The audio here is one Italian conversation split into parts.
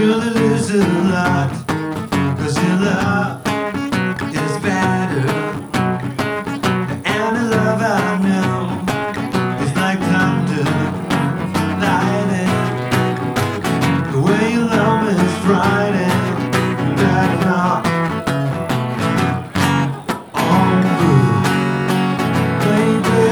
really lose a lot, 'cause your love is better. And the love I know is like thunder, lightning. The way you love me is Friday, better not. On good, baby.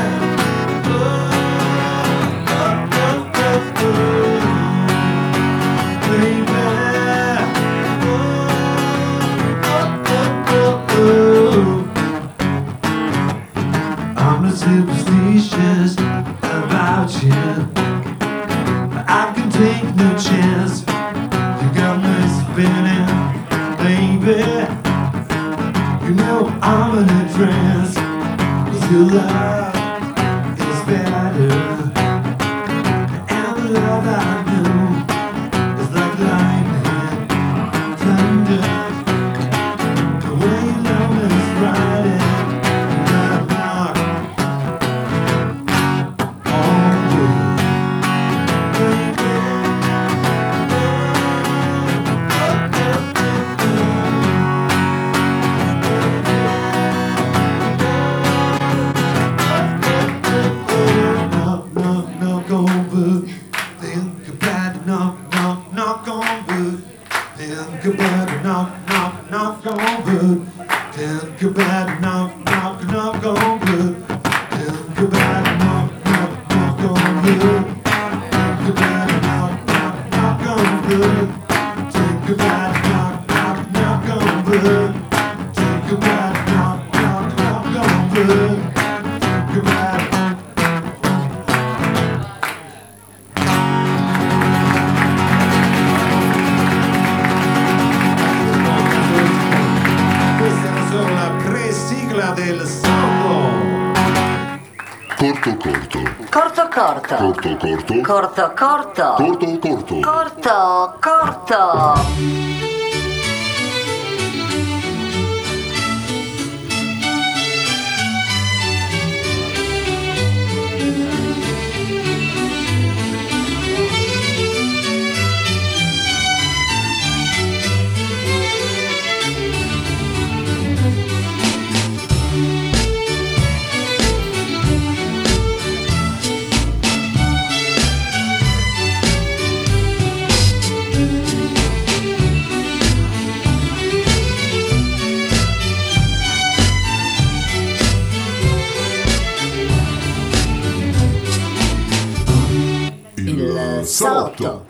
I'm not superstitious about you. I can take no chance. You got me spinning, baby. You know I'm in a trance. 'Cause your love is better. And the love I know is like lightning, thunder. The way you love me is Friday. Corto. Salotto.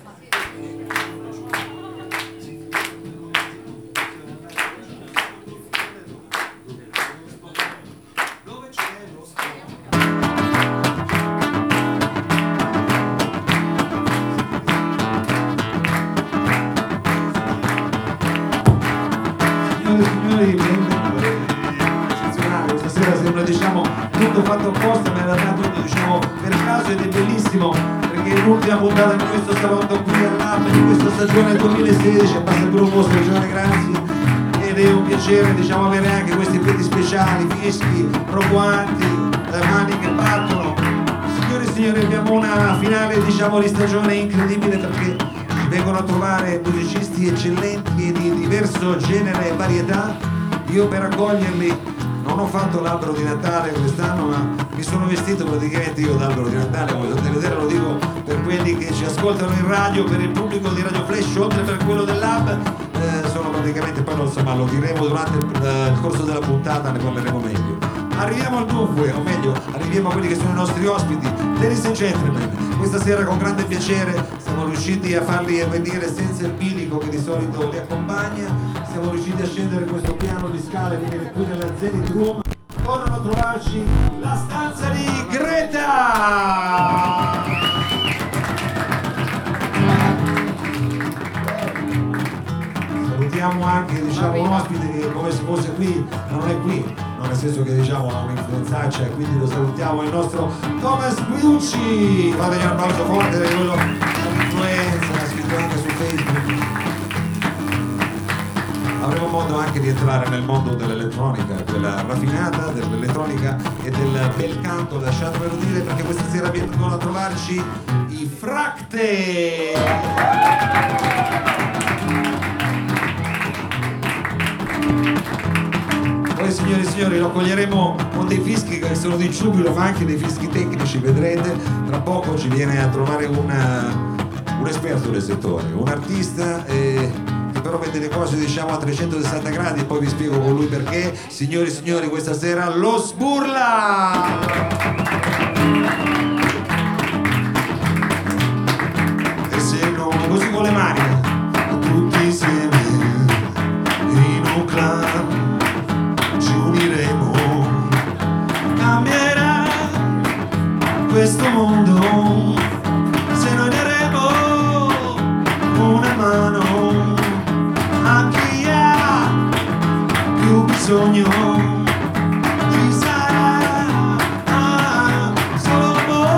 Stasera sembra tutto fatto apposta, ma in realtà tutto per caso, ed è bellissimo perché è l'ultima puntata di questo salotto qui all'Lab di questa stagione 2016, abbassa il gruppo stagione, grazie, ed è un piacere avere anche questi piedi speciali, fischi, roboanti, mani che battono. Signore e signori, abbiamo una finale di stagione incredibile perché ci vengono a trovare musicisti eccellenti e di diverso genere e varietà. Io per accoglierli non ho fatto l'albero di Natale quest'anno, ma mi sono vestito praticamente io d'albero di Natale, come potete vedere, lo dico per quelli che ci ascoltano in radio, per il pubblico di Radio Flash, oltre per quello del Lab, sono praticamente, poi lo diremo durante il corso della puntata, ne parleremo meglio. Arriviamo al dunque, o meglio, arriviamo a quelli che sono i nostri ospiti. Ladies and gentlemen, questa sera con grande piacere siamo riusciti a farli venire senza il bilico che di solito li accompagna, siamo riusciti a scendere questo piano di scale, venire qui nella Zenith Room. Tornano a trovarci la stanza di Greta! Salutiamo anche un ospite che come se fosse qui, ma non è qui, nel senso che ha un'influenzaccia, e quindi lo salutiamo, il nostro Thomas Guiducci. Fategli un applauso forte per quello dell'influenza, ha scritto anche su Facebook. Avremo modo anche di entrare nel mondo dell'elettronica, quella raffinata, dell'elettronica e del bel canto, lasciatemelo dire, perché questa sera vengono a trovarci i Fracte! signori, lo accoglieremo con dei fischi che sono di giubilo, ma anche dei fischi tecnici, vedrete. Tra poco ci viene a trovare un esperto del settore, un artista che però vede le cose diciamo a 360 gradi, e poi vi spiego con lui perché. Signori e signori, questa sera lo Sburla! E se no, così con le mani, tutti insieme in un clan ci uniremo, cambierà questo mondo se noi daremo una mano a chi ha più bisogno. Ci sarà solo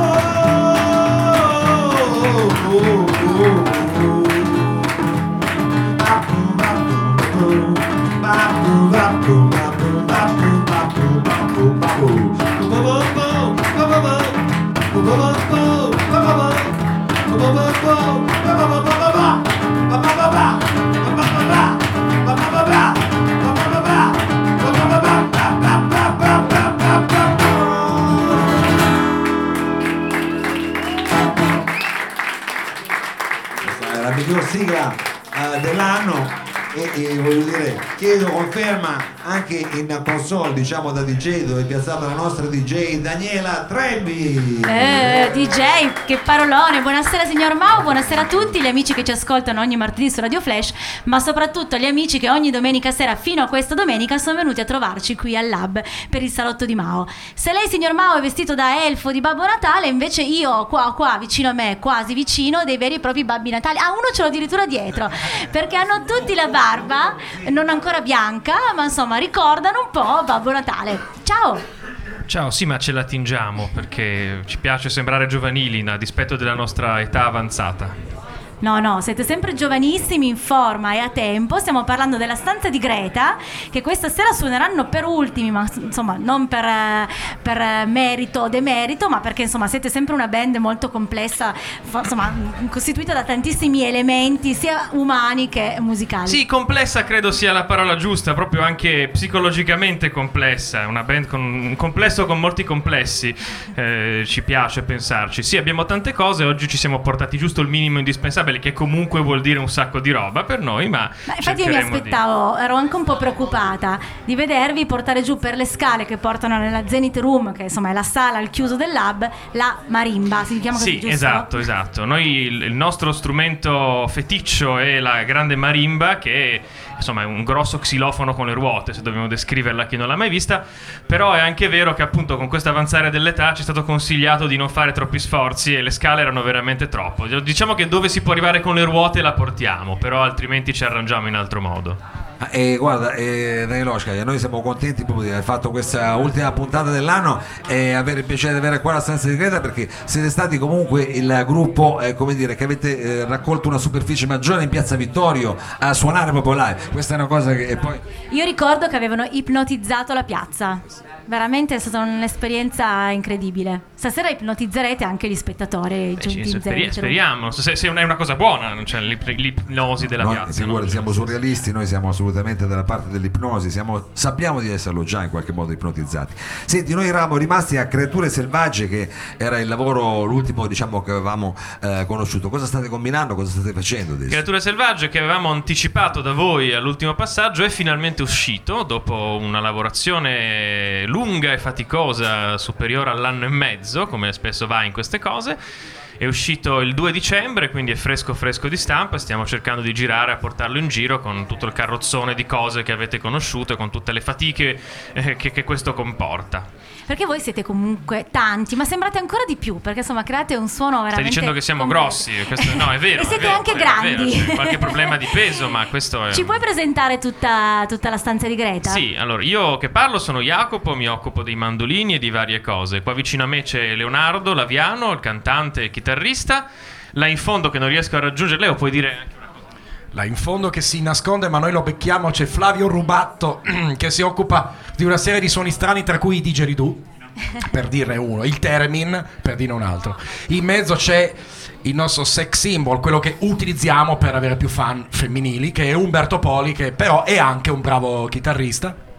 la miglior sigla dell'anno e voglio dire, chiedo conferma anche in console, diciamo da DJ, dove è piazzata la nostra DJ Daniela Trebbi. DJ, che parolone! Buonasera signor Mau, buonasera a tutti gli amici che ci ascoltano ogni martedì su Radio Flash, ma soprattutto gli amici che ogni domenica sera fino a questa domenica sono venuti a trovarci qui al Lab per il salotto di Mao. Se lei signor Mau è vestito da elfo di Babbo Natale, invece io ho qua vicino a me, quasi vicino, dei veri e propri Babbi Natale. Uno ce l'ho addirittura dietro, perché hanno tutti la barba non ancora bianca, ma insomma ricordano un po' Babbo Natale. Ciao! Ciao, sì, ma ce la tingiamo perché ci piace sembrare giovanili a dispetto della nostra età avanzata. No, siete sempre giovanissimi, in forma e a tempo. Stiamo parlando della stanza di Greta, che questa sera suoneranno per ultimi, ma insomma non per merito o demerito, ma perché insomma siete sempre una band molto complessa, insomma costituita da tantissimi elementi sia umani che musicali. Sì, complessa credo sia la parola giusta, proprio anche psicologicamente complessa. È una band con un complesso con molti complessi, ci piace pensarci. Sì, abbiamo tante cose, oggi ci siamo portati giusto il minimo indispensabile, che comunque vuol dire un sacco di roba per noi, ma infatti io mi aspettavo, ero anche un po' preoccupata di vedervi portare giù per le scale che portano nella Zenith Room, che insomma è la sala al chiuso del Lab, la marimba, si chiama così, sì, giusto? esatto. Noi il nostro strumento feticcio è la grande marimba, che insomma è un grosso xilofono con le ruote, se dobbiamo descriverla a chi non l'ha mai vista. Però è anche vero che appunto con questo avanzare dell'età ci è stato consigliato di non fare troppi sforzi e le scale erano veramente troppo. Diciamo che dove si può arrivare con le ruote la portiamo, però altrimenti ci arrangiamo in altro modo. Guarda, Daniloshka, noi siamo contenti proprio di aver fatto questa ultima puntata dell'anno e avere il piacere di avere qua la stanza di Greta, perché siete stati comunque il gruppo come dire, che avete raccolto una superficie maggiore in Piazza Vittorio a suonare proprio live. Questa è una cosa che poi io ricordo che avevano ipnotizzato la piazza. Veramente è stata un'esperienza incredibile. Stasera ipnotizzerete anche gli spettatori. Speriamo, se è una cosa buona, cioè l'ipnosi della piazza. Noi siamo surrealisti, noi siamo assolutamente dalla parte dell'ipnosi, sappiamo di esserlo già in qualche modo ipnotizzati. Senti, noi eravamo rimasti a Creature Selvagge, che era il lavoro, l'ultimo diciamo che avevamo conosciuto. Cosa state combinando, cosa state facendo adesso? Creature Selvagge, che avevamo anticipato da voi all'ultimo passaggio, è finalmente uscito dopo una lavorazione lunga e faticosa, superiore all'anno e mezzo, come spesso va in queste cose. È uscito il 2 dicembre, quindi è fresco di stampa. Stiamo cercando di girare, a portarlo in giro con tutto il carrozzone di cose che avete conosciuto e con tutte le fatiche che questo comporta. Perché voi siete comunque tanti, ma sembrate ancora di più, perché insomma create un suono veramente... Stai dicendo che siamo grossi? Questo, no, è vero. E siete vero, anche grandi. C'è qualche problema di peso, ma questo è... Ci puoi presentare tutta la stanza di Greta? Sì, allora io che parlo sono Jacopo, mi occupo dei mandolini e di varie cose. Qua vicino a me c'è Leonardo Laviano, il cantante e chitarrista. Là in fondo, che non riesco a raggiungere, lei lo puoi dire anche una cosa. Là in fondo che si nasconde ma noi lo becchiamo, c'è Flavio Rubatto che si occupa di una serie di suoni strani, tra cui i didgeridoo, per dirne uno, il theremin per dirne un altro. In mezzo c'è il nostro sex symbol, quello che utilizziamo per avere più fan femminili, che è Umberto Poli, che però è anche un bravo chitarrista.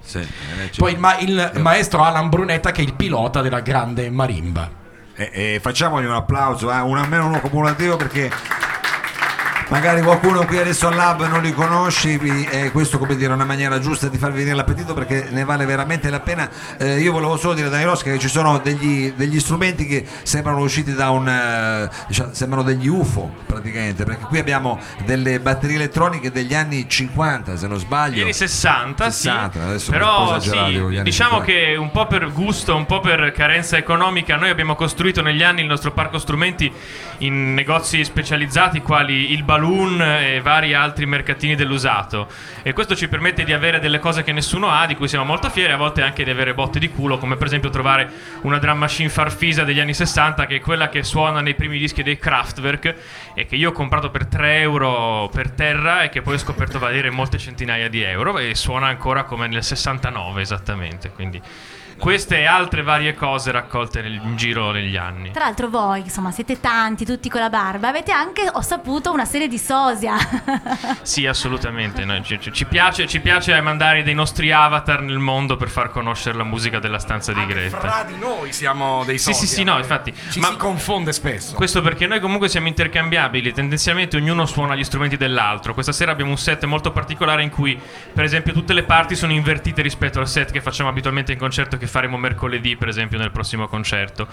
Sì, Poi il maestro Alan Brunetta, che è il pilota della grande marimba. Facciamogli un applauso, almeno uno cumulativo, perché magari qualcuno qui adesso al Lab non li conosce, questo, come dire, è una maniera giusta di farvi venire l'appetito, perché ne vale veramente la pena. Io volevo solo dire a Dani Rosca che ci sono degli strumenti che sembrano usciti da sembrano degli UFO praticamente, perché qui abbiamo delle batterie elettroniche degli anni 50, se non sbaglio. Gli anni 60, sì. Adesso Però sì, diciamo che un po' per gusto, un po' per carenza economica, noi abbiamo costruito negli anni il nostro parco strumenti in negozi specializzati quali il Balloon e vari altri mercatini dell'usato, e questo ci permette di avere delle cose che nessuno ha, di cui siamo molto fieri, a volte anche di avere botte di culo, come per esempio trovare una drum machine Farfisa degli anni 60, che è quella che suona nei primi dischi dei Kraftwerk e che io ho comprato per 3 euro per terra e che poi ho scoperto valere molte centinaia di euro, e suona ancora come nel 69 esattamente. Quindi queste e altre varie cose raccolte in giro negli anni. Tra l'altro voi, insomma, siete tanti, tutti con la barba, avete anche, ho saputo, una serie di sosia. Sì, assolutamente. Noi ci piace mandare dei nostri avatar nel mondo per far conoscere la musica della stanza di Greta. Fra di noi siamo dei sosia. Sì, no, infatti. Si confonde spesso. Questo perché noi comunque siamo intercambiabili, tendenzialmente ognuno suona gli strumenti dell'altro. Questa sera abbiamo un set molto particolare in cui, per esempio, tutte le parti sono invertite rispetto al set che facciamo abitualmente in concerto, che faremo mercoledì, per esempio, nel prossimo concerto.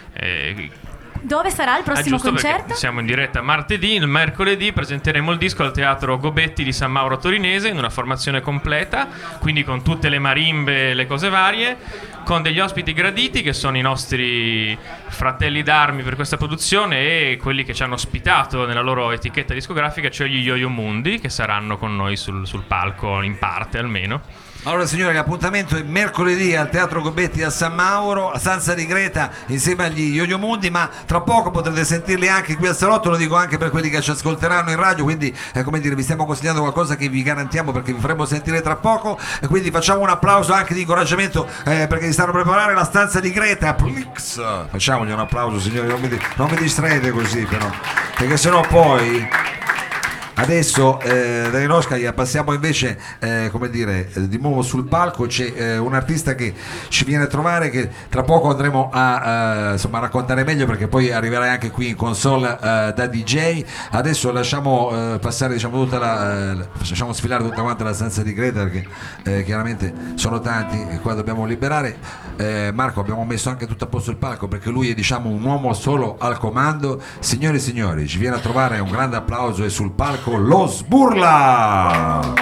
Dove sarà il prossimo concerto? Siamo in diretta martedì. Il mercoledì presenteremo il disco al Teatro Gobetti di San Mauro Torinese in una formazione completa, quindi con tutte le marimbe e le cose varie, con degli ospiti graditi che sono i nostri fratelli d'armi per questa produzione e quelli che ci hanno ospitato nella loro etichetta discografica, cioè gli Yo-Yo Mundi, che saranno con noi sul palco, in parte almeno. Allora signore, l'appuntamento è mercoledì al Teatro Gobetti a San Mauro, a Stanza di Greta, insieme agli Yo-Yo Mundi, ma tra poco potrete sentirli anche qui al salotto, lo dico anche per quelli che ci ascolteranno in radio, quindi come dire, vi stiamo consigliando qualcosa che vi garantiamo, perché vi faremo sentire tra poco, e quindi facciamo un applauso anche di incoraggiamento perché vi stanno preparare la Stanza di Greta. Plix. Facciamogli un applauso signori, non mi distraete così però, perché sennò poi... Adesso Dani Rosca passiamo invece come dire, di nuovo sul palco. C'è un artista che ci viene a trovare, che tra poco andremo a insomma, raccontare meglio, perché poi arriverai anche qui in console da DJ. Adesso lasciamo passare, diciamo, facciamo sfilare tutta quanta la stanza di Greta, perché chiaramente sono tanti e qua dobbiamo liberare. Marco, abbiamo messo anche tutto a posto il palco, perché lui è, diciamo, un uomo solo al comando. Signore e signori, ci viene a trovare, un grande applauso, e sul palco Lo Sburla.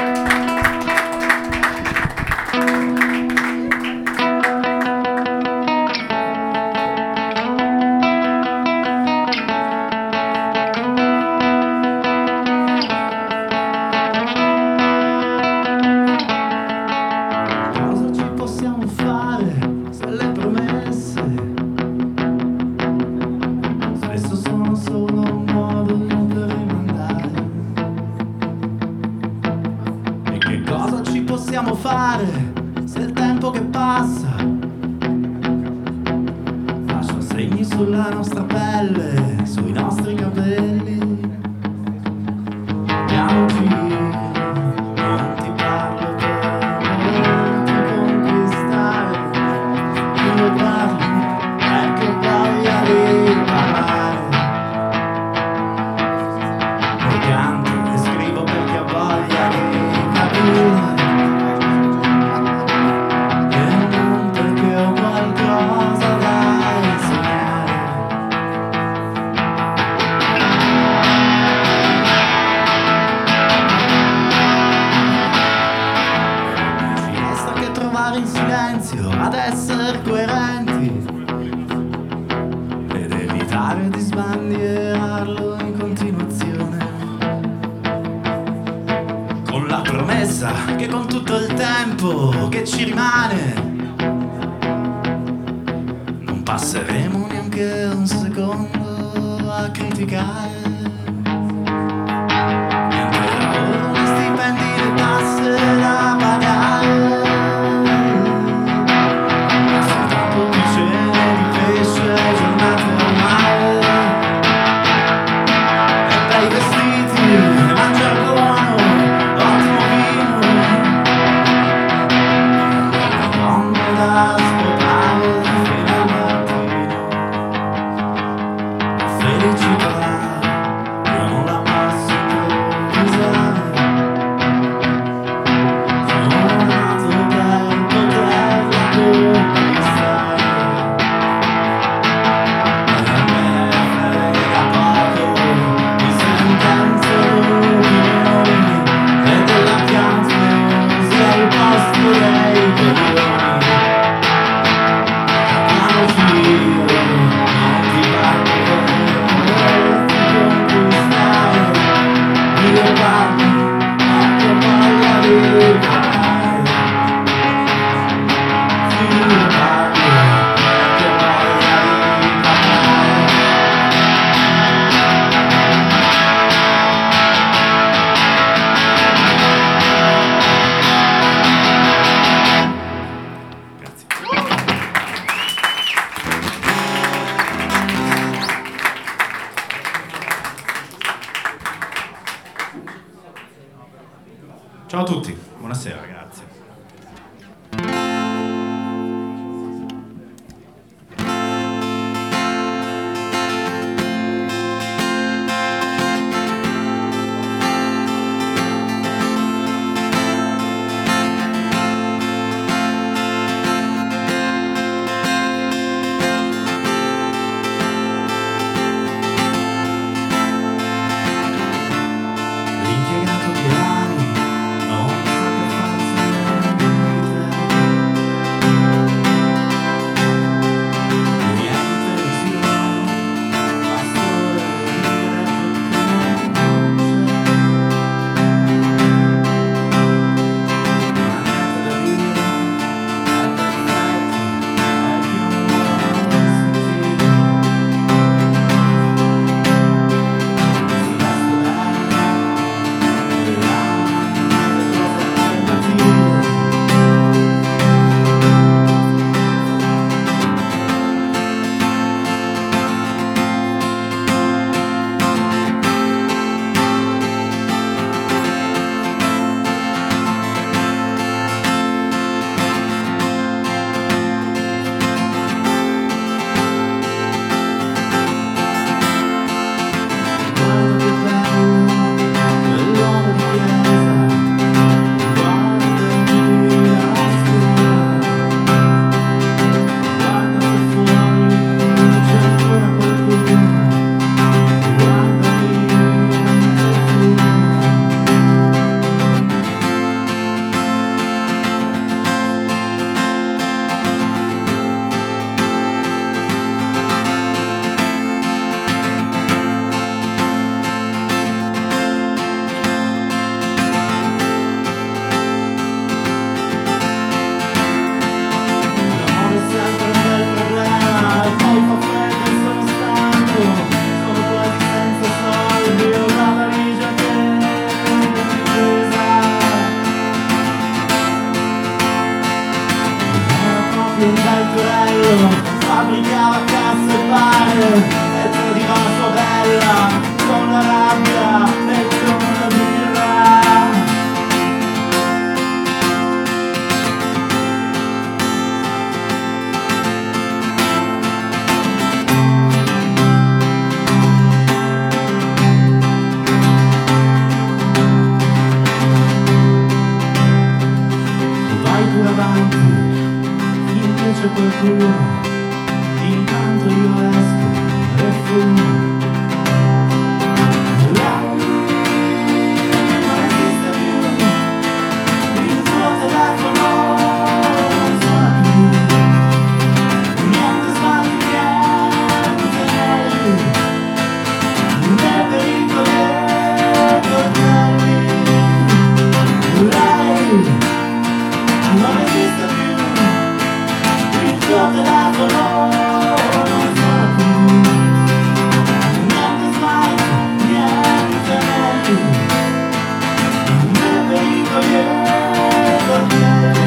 Sulla nostra pelle, sui nostri capelli, andiamo giri, non ti parlo per volerti conquistare, io parlo perché voglia di parlare, e canto e scrivo perché ho voglia di capire, e non perché ho qualcosa da insegnare. In silenzio ad essere coerenti ed evitare di sbandierarlo in continuazione, con la promessa che con tutto il tempo che ci rimane non passeremo neanche un secondo a criticare. Mentre lavorano gli stipendi, le tasse da pagare, giornate al mare e bei vestiti e mangiare buono, ottimo vino, io parlo, ma che voglia di parlare. Sì, io parlo, ma che voglia di parlare. Ciao a tutti, buonasera, grazie. L'impiegato che ami non sa che farsene di te. Niente visione, basta dire che non c'è. Ma niente da dire, è perfetto, è più un sentire. Si basta bene. Guarda che bello, quell'uomo di chiesa, guardami a sera, guarda se fuori c'è ancora qualcuno, guardami mentre fumo. L'amore è sempre un bel problema, e poi fa freddo e sono stanco, sono quasi senza soldi, ho la valigia che pesa. Era proprio un bel torello, fabbricava casse e bare, e tradiva la sua bella, con la rabbia e con la birra. Vai pure avanti, finché c'è qualcuno, intanto io esco e fumo. Lei non esiste più, il tuo telefono non suona più, niente sbagli, niente né pericoli né coltelli. Lei non esiste più, il tuo telefono non suona più, niente smart, niente anelli, né pericoli né coltelli.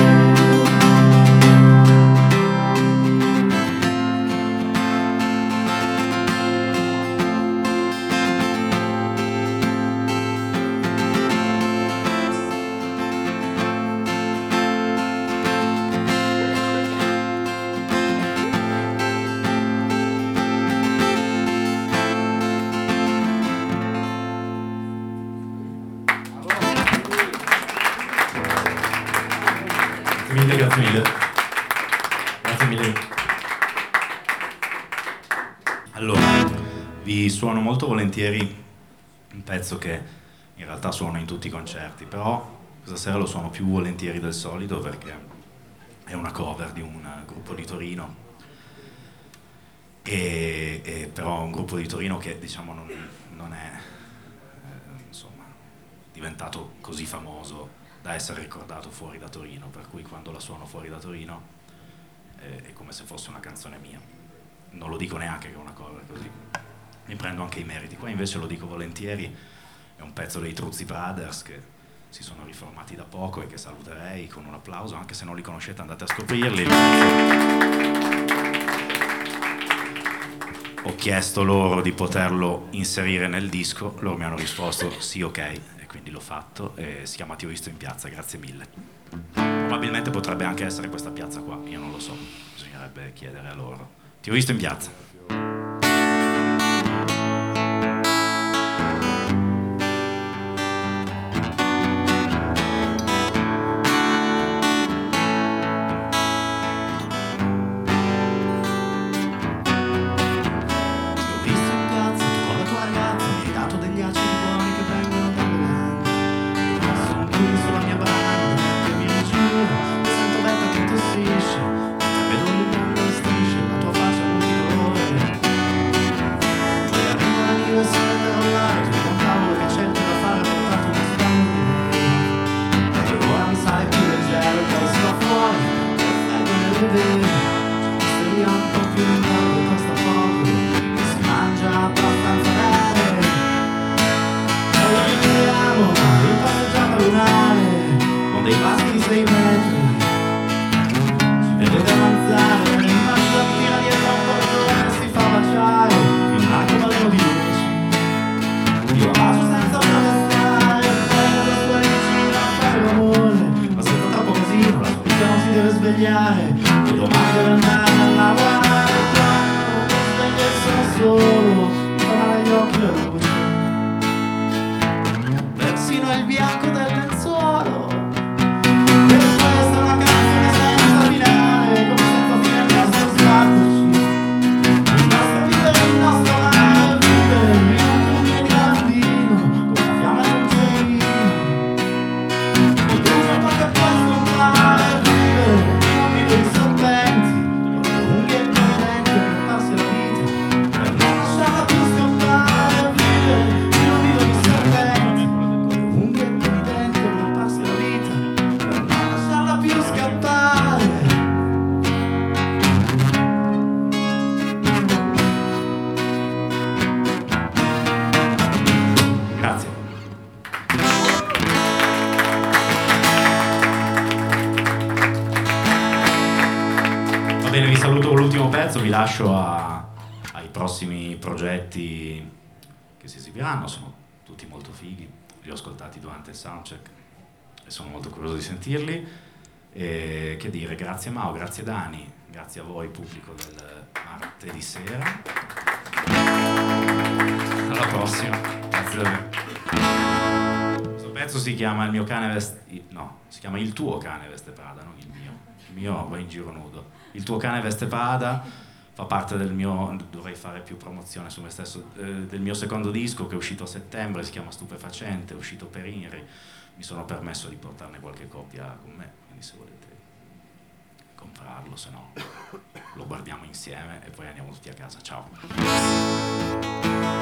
Grazie mille. Grazie mille. Allora, vi suono molto volentieri un pezzo che in realtà suono in tutti i concerti, però questa sera lo suono più volentieri del solito perché è una cover di un gruppo di Torino, e però un gruppo di Torino che diciamo non è insomma diventato così famoso da essere ricordato fuori da Torino, per cui quando la suono fuori da Torino è come se fosse una canzone mia. Non lo dico neanche che è una cover così, mi prendo anche i meriti. Qua invece lo dico volentieri, è un pezzo dei Truzzi Brothers che si sono riformati da poco e che saluterei con un applauso, anche se non li conoscete andate a scoprirli. Ho chiesto loro di poterlo inserire nel disco, loro mi hanno risposto sì, ok, e quindi l'ho fatto, e si chiama Ti ho visto in piazza, grazie mille. Probabilmente potrebbe anche essere questa piazza qua, io non lo so, bisognerebbe chiedere a loro. Ti ho visto in piazza. Vi lascio ai prossimi progetti che si esibiranno, sono tutti molto fighi, li ho ascoltati durante il soundcheck e sono molto curioso di sentirli. E che dire, grazie Mao, grazie Dani, grazie a voi pubblico del martedì sera, alla prossima, grazie davvero. Questo pezzo si chiama Il mio cane veste, no, si chiama Il tuo cane veste Prada, non il mio va in giro nudo. Il tuo cane veste Prada fa parte del mio, dovrei fare più promozione su me stesso, del mio secondo disco che è uscito a settembre, si chiama Stupefacente, è uscito per Inri, mi sono permesso di portarne qualche copia con me, quindi se volete comprarlo, se no lo guardiamo insieme e poi andiamo tutti a casa, ciao.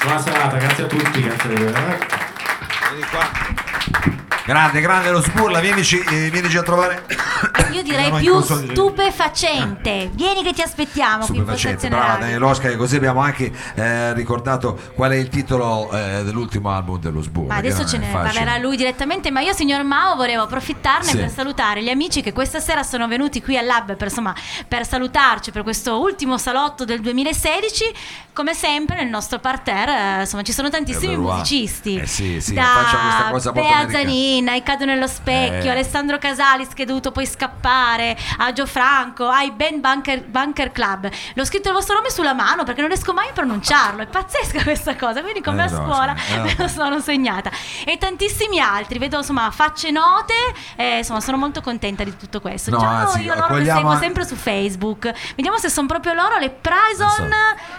Buona serata, grazie a tutti, grazie. Vieni qua. Grande lo Sburla, vienici a trovare. Io direi più stupefacente. Vieni che ti aspettiamo qui in Stupefacente, postazione brava radio. Daniele Oscar, e così abbiamo anche ricordato qual è il titolo dell'ultimo album dello Sburla. Ma adesso ce ne parlerà lui direttamente, ma io signor Mao volevo approfittarne per salutare gli amici che questa sera sono venuti qui al Lab per salutarci per questo ultimo salotto del 2016. Come sempre nel nostro parterre ci sono tantissimi musicisti. Sì, da faccia questa cosa molto Bea americana. Zanin, ai Cado nello Specchio, Alessandro Casalis che è dovuto poi scappare, a Gio Franco, ai Ben Bunker Club. L'ho scritto il vostro nome sulla mano perché non riesco mai a pronunciarlo, è pazzesca questa cosa, quindi come a scuola me lo sono segnata. E tantissimi altri, vedo facce note, sono molto contenta di tutto questo. No, anzi, io loro le seguo sempre su Facebook, vediamo se sono proprio loro, le Prison.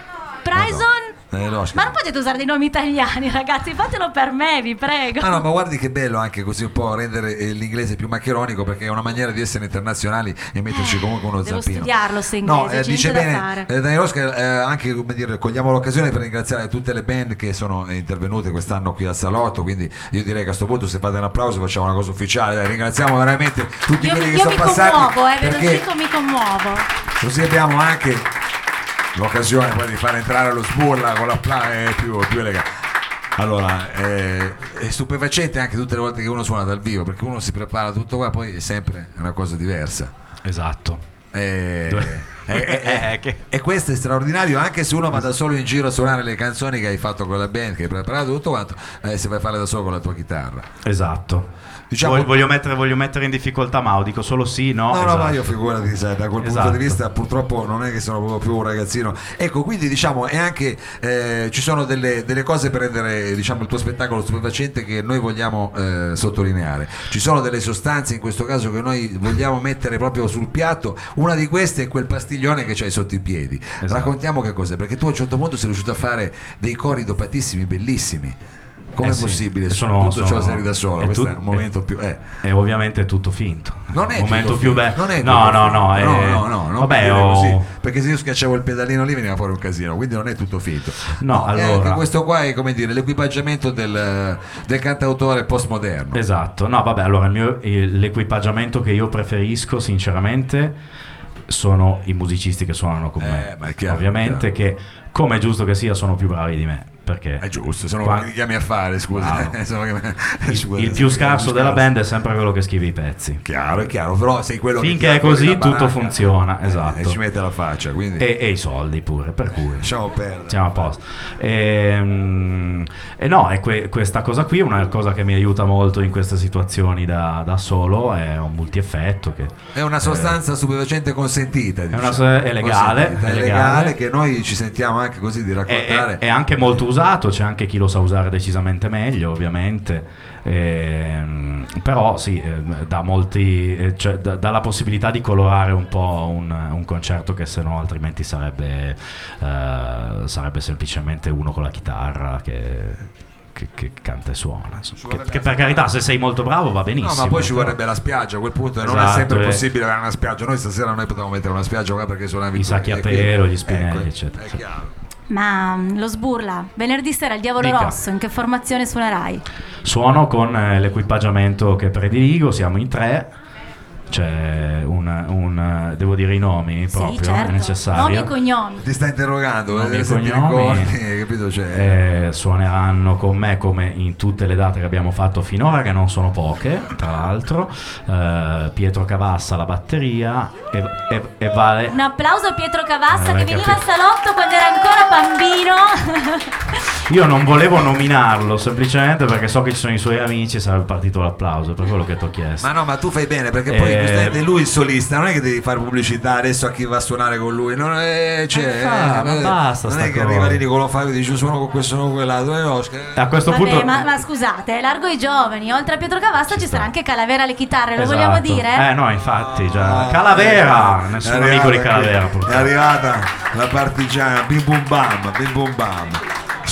Ma non potete usare dei nomi italiani, ragazzi, fatelo per me, vi prego. No, ma guardi che bello anche così un po' rendere l'inglese più maccheronico, perché è una maniera di essere internazionali e metterci comunque uno devo zampino. studiarlo se inglese, dice da bene fare. Daniele Oscar, anche come dire, cogliamo l'occasione per ringraziare tutte le band che sono intervenute quest'anno qui al salotto, quindi io direi che a questo punto se fate un applauso facciamo una cosa ufficiale, dai, ringraziamo veramente tutti quelli che sono passati. Io mi commuovo, ve lo perché dico, mi commuovo. così abbiamo anche l'occasione poi di far entrare lo Sburla con l'applauso più elegante. Allora, è stupefacente anche tutte le volte che uno suona dal vivo, perché uno si prepara tutto qua, poi è sempre una cosa diversa. Esatto. E questo è straordinario, anche se uno va da solo in giro a suonare le canzoni che hai fatto con la band, che hai preparato tutto quanto, se vai a farle da solo con la tua chitarra. Esatto. Diciamo, voglio mettere in difficoltà Mao, dico solo sì, no? No, esatto. ma io figurati, sai, da quel punto di vista purtroppo non è che sono proprio più un ragazzino. Ecco, quindi diciamo è anche ci sono delle cose per rendere il tuo spettacolo stupefacente che noi vogliamo sottolineare. Ci sono delle sostanze in questo caso che noi vogliamo mettere proprio sul piatto. Una di queste è quel pastiglione che c'hai sotto i piedi. Esatto. Raccontiamo che cos'è, perché tu a un certo punto sei riuscito a fare dei cori dopatissimi bellissimi. Come è possibile? Tutto ciò sei da solo, questo è un momento più. È ovviamente tutto finto. Non è un momento tutto più finto. bello. Non è No. Vabbè, così, perché se io schiacciavo il pedalino lì veniva fuori un casino, quindi non è tutto finto. No, allora. Anche questo qua è come dire l'equipaggiamento del cantautore postmoderno. Esatto. No, vabbè, allora l'equipaggiamento che io preferisco, sinceramente, sono i musicisti che suonano con me. Ma è chiaro, ovviamente, che come è giusto che sia, sono più bravi di me. Perché è giusto, sono quelli che chiami a fare, scusa. Il più scarso della band è sempre quello che scrive i pezzi. Chiaro, è chiaro, però sei quello finché è così tutto funziona, esatto. E ci mette la faccia, quindi. E i soldi pure, per cui lasciamo perdere. Siamo a posto. Questa cosa qui è una cosa che mi aiuta molto in queste situazioni da solo, è un multieffetto che è una sostanza stupefacente consentita, diciamo. È legale, che noi ci sentiamo anche così di raccontare. È anche molto usato, c'è anche chi lo sa usare decisamente meglio, ovviamente, però sì, dà la possibilità di colorare un po' un concerto che se no altrimenti sarebbe semplicemente uno con la chitarra che canta e suona, che per carità, se sei molto bravo va benissimo. No, ma poi ci vorrebbe la spiaggia a quel punto, esatto, non è sempre possibile avere una spiaggia. Noi stasera potevamo mettere una spiaggia qua perché suonavi i sacchi a pelo, gli spinelli, eccetera. È chiaro. Ma lo Sburla, venerdì sera il Diavolo Rosso, in che formazione suonerai? Suono con l'equipaggiamento che prediligo, siamo in 3. C'è devo dire i nomi proprio, certo. È necessario. Nomi e cognomi. Ti sta interrogando, nomi e cognomi. Capito? Suoneranno con me come in tutte le date che abbiamo fatto finora, che non sono poche, tra l'altro. Pietro Cavassa alla batteria e Vale. Un applauso a Pietro Cavassa che veniva al salotto quando era ancora bambino. Io non volevo nominarlo semplicemente perché so che ci sono i suoi amici e sarebbe partito l'applauso, per quello che ti ho chiesto. Ma no, ma tu fai bene, perché poi è lui il solista, non è che devi fare pubblicità adesso a chi va a suonare con lui, non è, ma basta, non è che arriva lì con lo Fabio e dice suono con questo, suono con quell'altro. A questo punto ma scusate, largo i giovani, oltre a Pietro Cavassa ci sarà anche Calavera alle chitarre, lo vogliamo dire? No, infatti, già. Calavera, nessun amico di Calavera purtroppo. È arrivata la partigiana, bim bum bam, bim bum bam.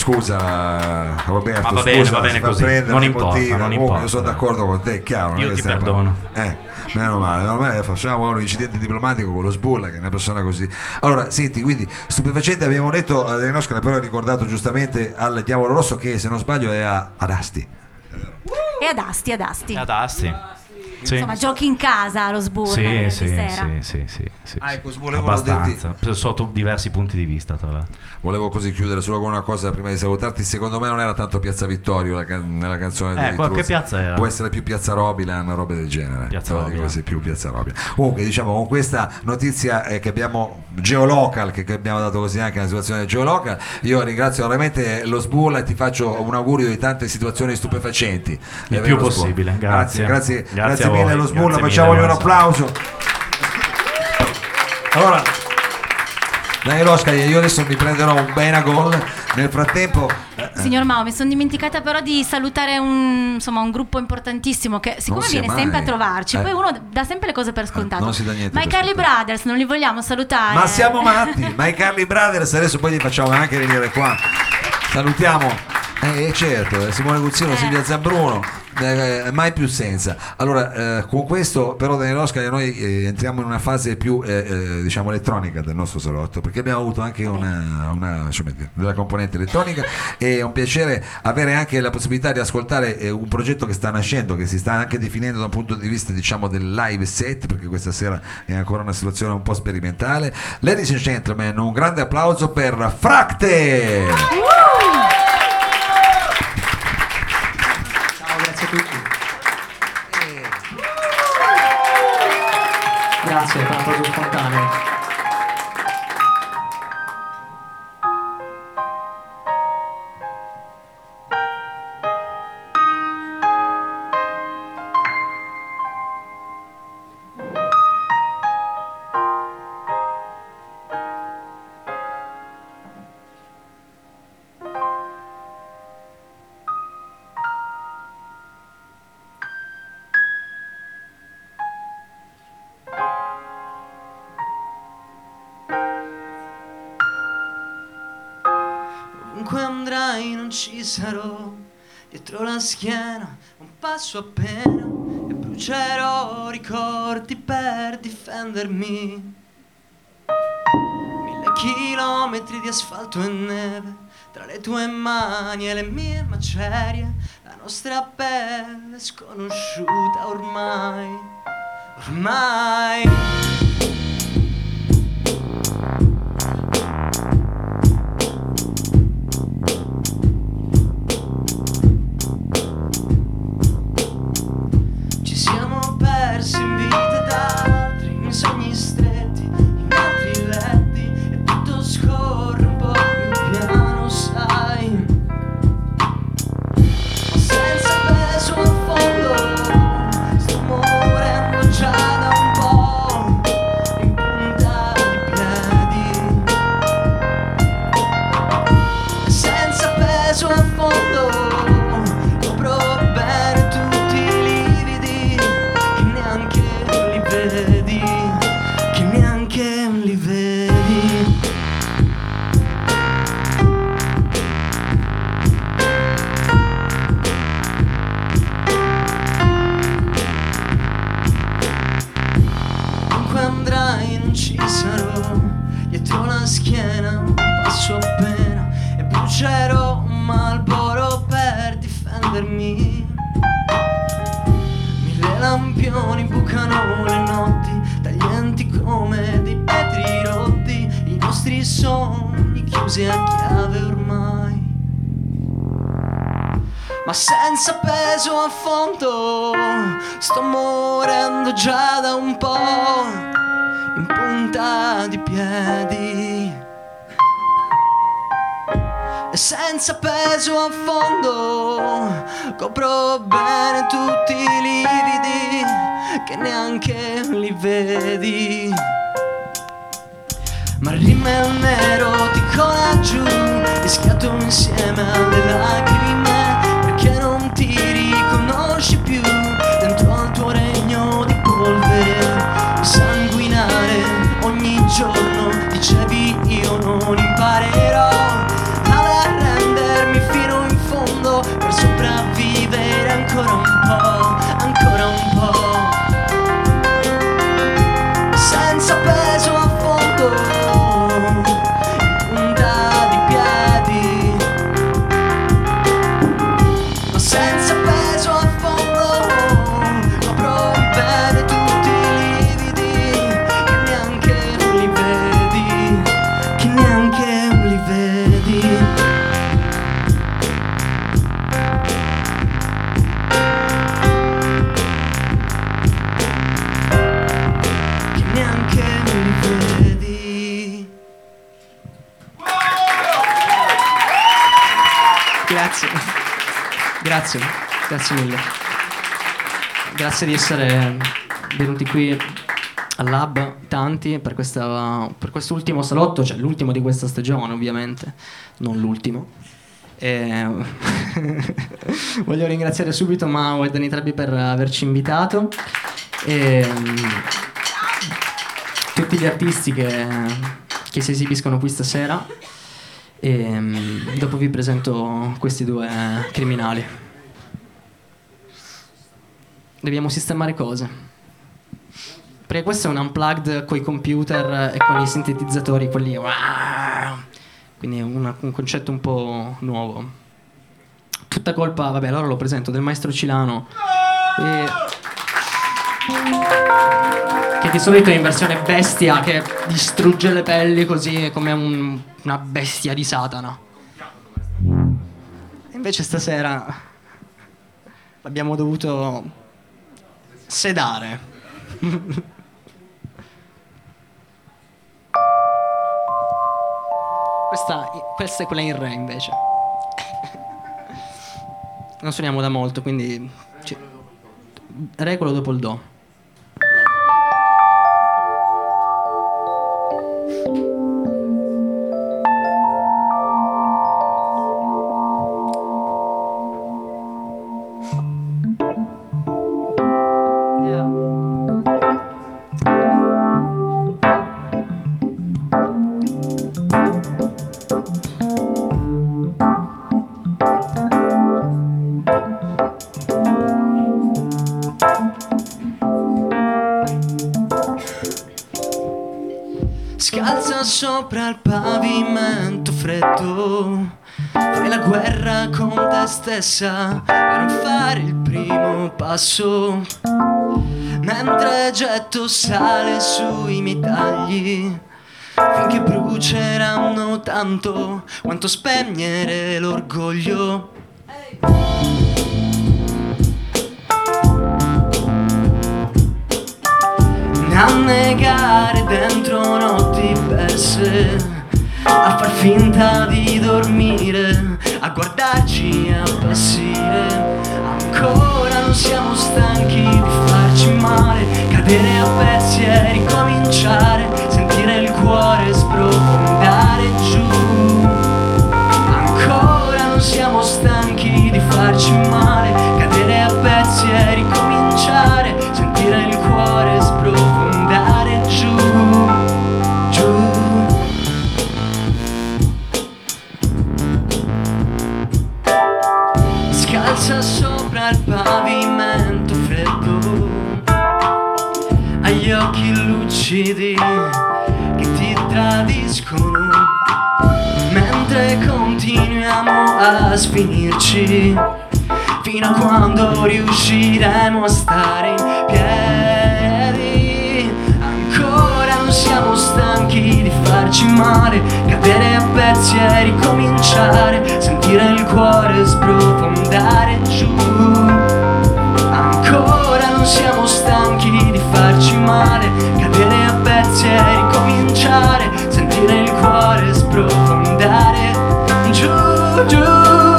scusa Roberto, Ma va scusa, bene si fa così, prendere non i importa, motivi. non Comunque, importa. io sono d'accordo con te, è chiaro. non Io è che ti stiamo- perdono. Meno male, facciamo un incidente diplomatico con lo Sbulla, che è una persona così. Allora, senti, quindi stupefacente, abbiamo detto, Oscar, però ha ricordato giustamente al Diavolo Rosso che, se non sbaglio, è ad Asti. E ad Asti, ad Asti. Ad Asti. Sì. Insomma, giochi in casa lo Sburro Sì, venerdì sì, sera. sì. Ecco, volevo Abbastanza, sotto diversi punti di vista, tra l'altro. Volevo così chiudere solo con una cosa prima di salutarti. Secondo me non era tanto Piazza Vittorio nella canzone di che Cruz. piazza era? Può essere più Piazza Robilan, una roba del genere. Piazza Te lo dico Robilan. così, più Piazza Robilan. Comunque, diciamo, con questa notizia che abbiamo geolocal, che abbiamo dato così anche una situazione geolocal, io ringrazio veramente lo Sbulla e ti faccio un augurio di tante situazioni stupefacenti. Il più possibile, grazie. Grazie a mille voi, allo Sbulla, grazie facciamogli mille, un applauso. Allora, dai Rosca, io adesso mi prenderò un Benagol. Nel frattempo Signor Mao, mi sono dimenticata però di salutare un gruppo importantissimo che siccome Non sia viene mai. sempre a trovarci, poi uno dà sempre le cose per scontato. non si dà niente Ma i per Carly scontato. Brothers non li vogliamo salutare? Ma siamo matti, ma i Carly Brothers adesso poi li facciamo anche venire qua. Salutiamo. Certo, Simone Guzzino, Silvia Zambruno, mai più senza. Allora, con questo però Daniele Oscar noi entriamo in una fase più diciamo elettronica del nostro salotto, perché abbiamo avuto anche una della componente elettronica, e è un piacere avere anche la possibilità di ascoltare un progetto che sta nascendo, che si sta anche definendo da un punto di vista, diciamo, del live set, perché questa sera è ancora una situazione un po' sperimentale. Ladies and gentlemen, un grande applauso per Fracte! Grazie a tutti. Grazie per l'applauso spontaneo. Ovunque andrai non ci sarò, dietro la schiena un passo appena, e brucerò ricordi per difendermi. 1000 chilometri di asfalto e neve, tra le tue mani e le mie macerie, la nostra pelle sconosciuta ormai. Ci siamo persi in vita d'altri, in sogni stretti, in altri letti, e tutto scorre un po' più piano, sai, ma senza peso a fondo. Sto morendo già da un po', in punta di piedi, e senza peso a fondo copro bene tutti i lividi, che neanche li vedi, che neanche li vedi. Ovunque andrai non ci sarò, dietro la schiena un passo appena, e brucerò un Marlboro per difendermi. 1000 lampioni bucano le notti, taglienti come dei vetri rotti, i nostri sogni chiusi a chiave ormai, ma senza peso a fondo. Sto morendo già da un po', in punta di piedi, e senza peso a fondo copro bene tutti i lividi, che neanche li vedi. Ma il rimel nero ti cola giù, rischiato insieme alle lacrime, perché non ti riconosci più dentro al tuo regno di polvere sanguinare. Ogni giorno dicevi io non imparerò ad arrendermi vedi. Che neanche mi vedi. Grazie mille. Grazie di essere venuti qui al Lab, tanti, per quest'ultimo salotto, cioè l'ultimo di questa stagione ovviamente, non l'ultimo. Voglio ringraziare subito Mao e Dani Trebbi per averci invitato e tutti gli artisti che si esibiscono qui stasera. E dopo vi presento questi due criminali. Dobbiamo sistemare cose, perché questo è un unplugged coi computer e con i sintetizzatori, quelli, quindi è un concetto un po' nuovo. Tutta colpa, vabbè, allora lo presento, del maestro Cilano, che di solito è in versione bestia, che distrugge le pelli così come una bestia di Satana. E invece stasera l'abbiamo dovuto sedare. Questa è quella in re invece. Non suoniamo da molto, quindi re quello dopo il do. Scalza sopra il pavimento freddo, fai la guerra con te stessa per non fare il primo passo, mentre getto sale sui miei tagli, finché bruceranno tanto quanto spegnere l'orgoglio. Annegare dentro notti perse, a far finta di dormire, a guardarci appassire. Ancora non siamo stanchi di farci male, cadere a pezzi e ricominciare, sentire il cuore sprofondare giù. Ancora non siamo stanchi di farci male, cadere a pezzi e ricominciare, sentire il cuore sprofondare giù, giù. Scalza sopra il pavimento freddo, agli occhi lucidi che ti tradiscono, mentre continuiamo a sfinirci, fino a quando riusciremo a stare in piedi. Ancora non siamo stanchi di farci male, cadere a pezzi e ricominciare, sentire il cuore sprofondare giù. Ancora non siamo stanchi di farci male, cadere a pezzi e ricominciare, sentire il cuore sprofondare giù, giù.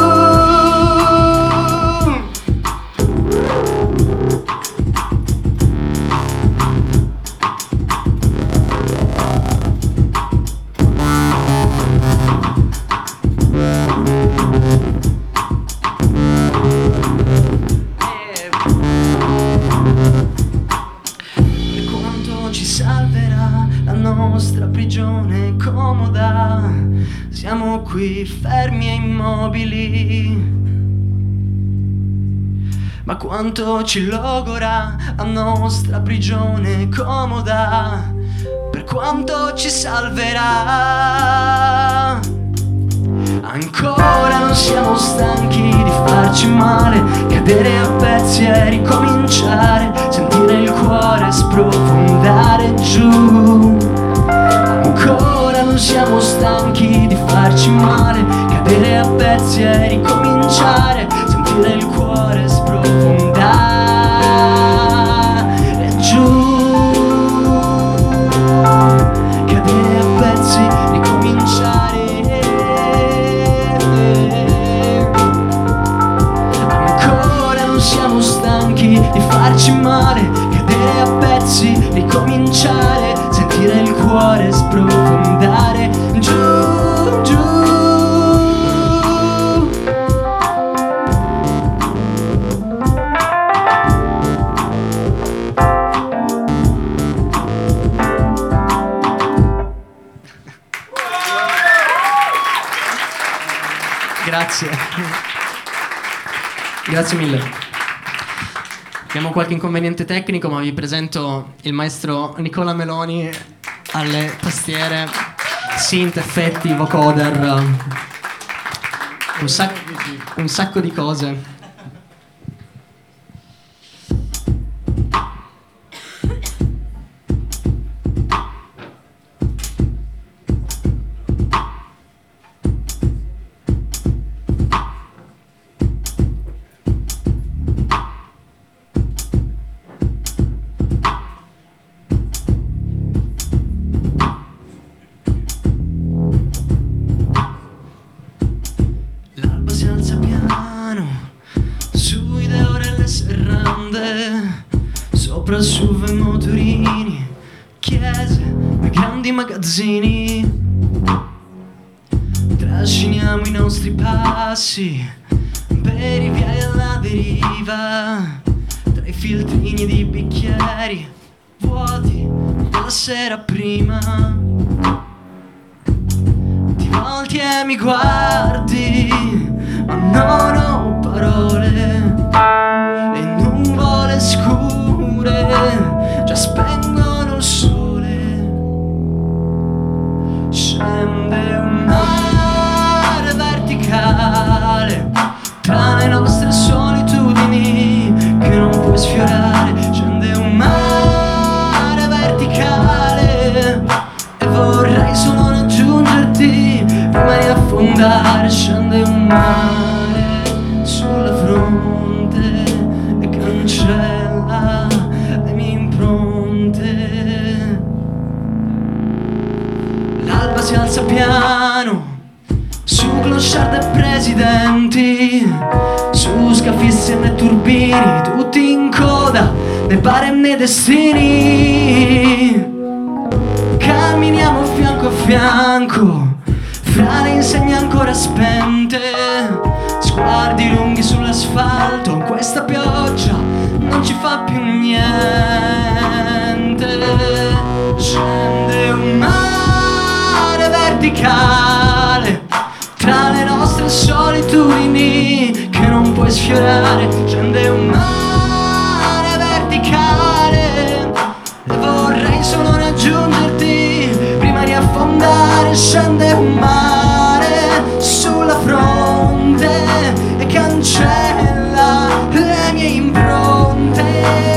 Siamo qui fermi e immobili, ma quanto ci logora la nostra prigione comoda, per quanto ci salverà. Ancora non siamo stanchi di farci male, cadere a pezzi e ricominciare, sentire il cuore sprofondare giù. Ancora non non siamo stanchi di farci male, cadere a pezzi e ricominciare, sentire il cuore sprofondare giù, cadere a pezzi, ricominciare. Ancora non siamo stanchi di farci male, cadere a pezzi, ricominciare, sentire il cuore sprofondare giù, giù. Grazie. Grazie mille. Abbiamo qualche inconveniente tecnico, ma vi presento il maestro Nicola Meloni alle tastiere, synth, effetti, vocoder, un sacco di cose. L'alba si alza piano sui deorelle serrande, sopra SUV e motorini, chiese e grandi magazzini. Trasciniamo i nostri passi per i viali alla deriva, tra i filtrini di bicchieri vuoti della sera prima. Ti volti e mi guardi, ma non ho parole. Le nuvole scure già spengono il sole. Scende un mare verticale tra le nostre solitudini che non puoi sfiorare. Scende un mare verticale e vorrei solo raggiungerti prima di affondare. Scende un mare sulla fronte e cancella le mie impronte. L'alba si alza piano su clochard e presidenti, su scafisti e turbini, tutti in coda nei barem nei destini. Camminiamo fianco a fianco fra le insegne ancora spente, sguardi lunghi sull'asfalto. Questa pioggia non ci fa più niente. Scende un mare verticale tra le nostre solitudini che non puoi sfiorare. Scende un mare verticale e vorrei solo raggiungerti prima di affondare. Scende un mare sulla fronte e cancella le mie impronte.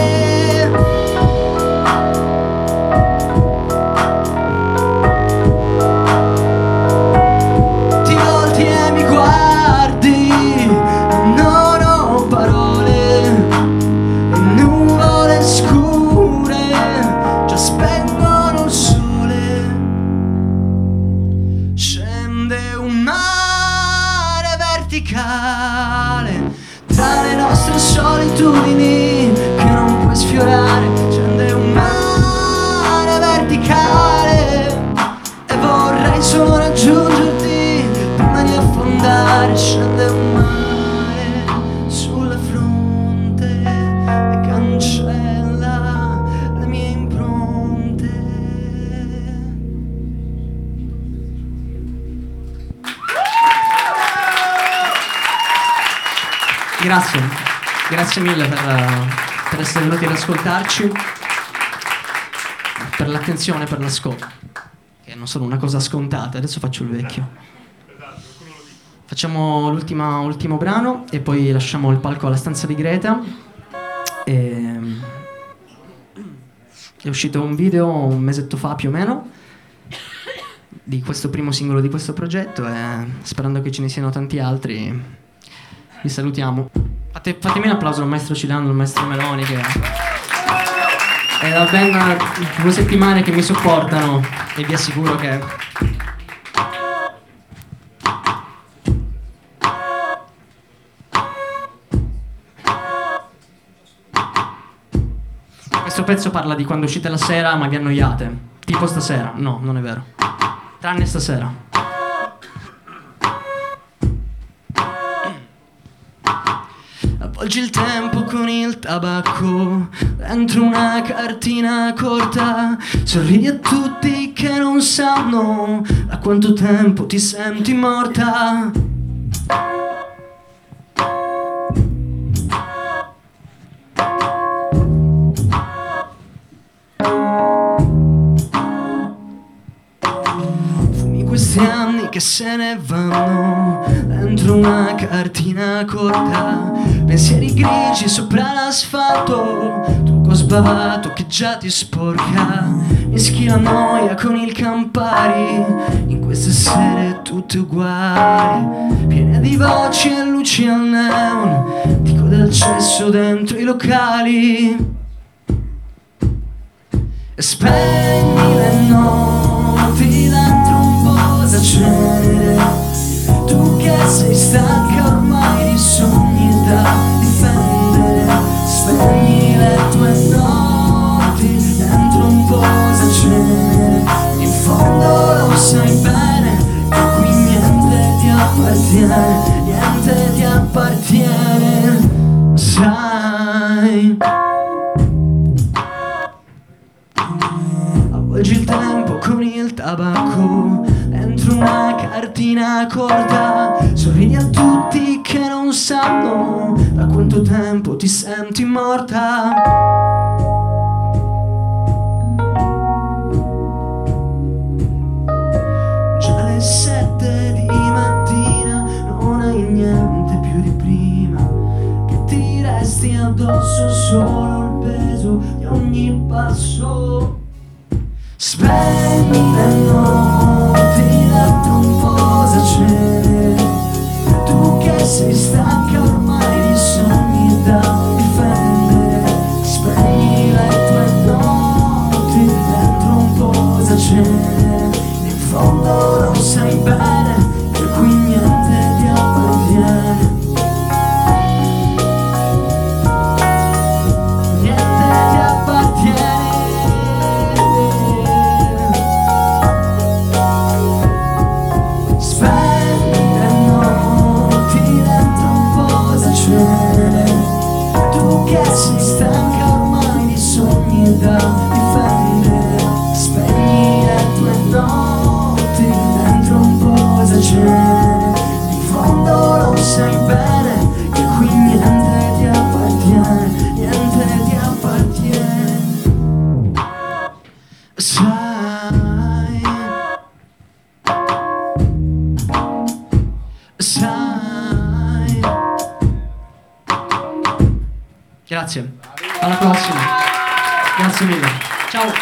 Ti volti e mi guardi, non ho parole. Le nuvole scure già spengono il sole. Scende un mare verticale tra le nostre solitudini che non puoi sfiorare. Scende un mare verticale e vorrei solo raggiungerti prima di affondare. Scende un mare sulla fronte e cancella le mie impronte. Grazie, grazie mille per essere venuti ad ascoltarci, per l'attenzione, per l'ascolto, che non sono una cosa scontata. Adesso faccio il vecchio. Facciamo l'ultimo brano e poi lasciamo il palco alla stanza di Greta. È uscito un video un mesetto fa più o meno di questo primo singolo di questo progetto e sperando che ce ne siano tanti altri, vi salutiamo. Fatemi un applauso al maestro Cilano, al maestro Meloni, che è la band 2 settimane che mi supportano e vi assicuro che questo pezzo parla di quando uscite la sera ma vi annoiate, tipo stasera. No, non è vero, tranne stasera. Avvolgi il tempo con il tabacco dentro una cartina corta, sorridi a tutti che non sanno da quanto tempo ti senti morta. Fumi questi anni che se ne vanno dentro una cartina corta, pensieri grigi sopra l'asfalto, trucco sbavato che già ti sporca, mischi la noia con il Campari, in queste sere tutte uguali, piene di voci e luci al neon, di coda al cesso dentro i locali. E spegni le notti dentro un posacenere, tu che sei stanca ormai di sogni da difendere. Spegni le tue notti dentro un posacenere, in fondo lo sai bene che qui niente ti appartiene, niente ti appartiene, sai. Avvolgi il tempo con il tabacco dentro una cartina corta, sorridi a tutti che non sanno da quanto tempo ti senti morta. Già le 7 di mattina, non hai niente più di prima, che ti resti addosso solo il peso di ogni passo. Spegni le notti dentro un posacenere, tu che sei stanca ormai di sogni da difendere. Spegni le tue notti dentro un posacenere, in fondo lo sai bene che qui niente ti appartiene, niente ti appartiene. Tu che sei stanca ormai di sogni da difendere, spegni le tue notti dentro un posacenere, in fondo lo sai bene che qui niente ti appartiene, niente ti appartiene, sai, sai. Grazie, alla prossima. Grazie mille. Ciao.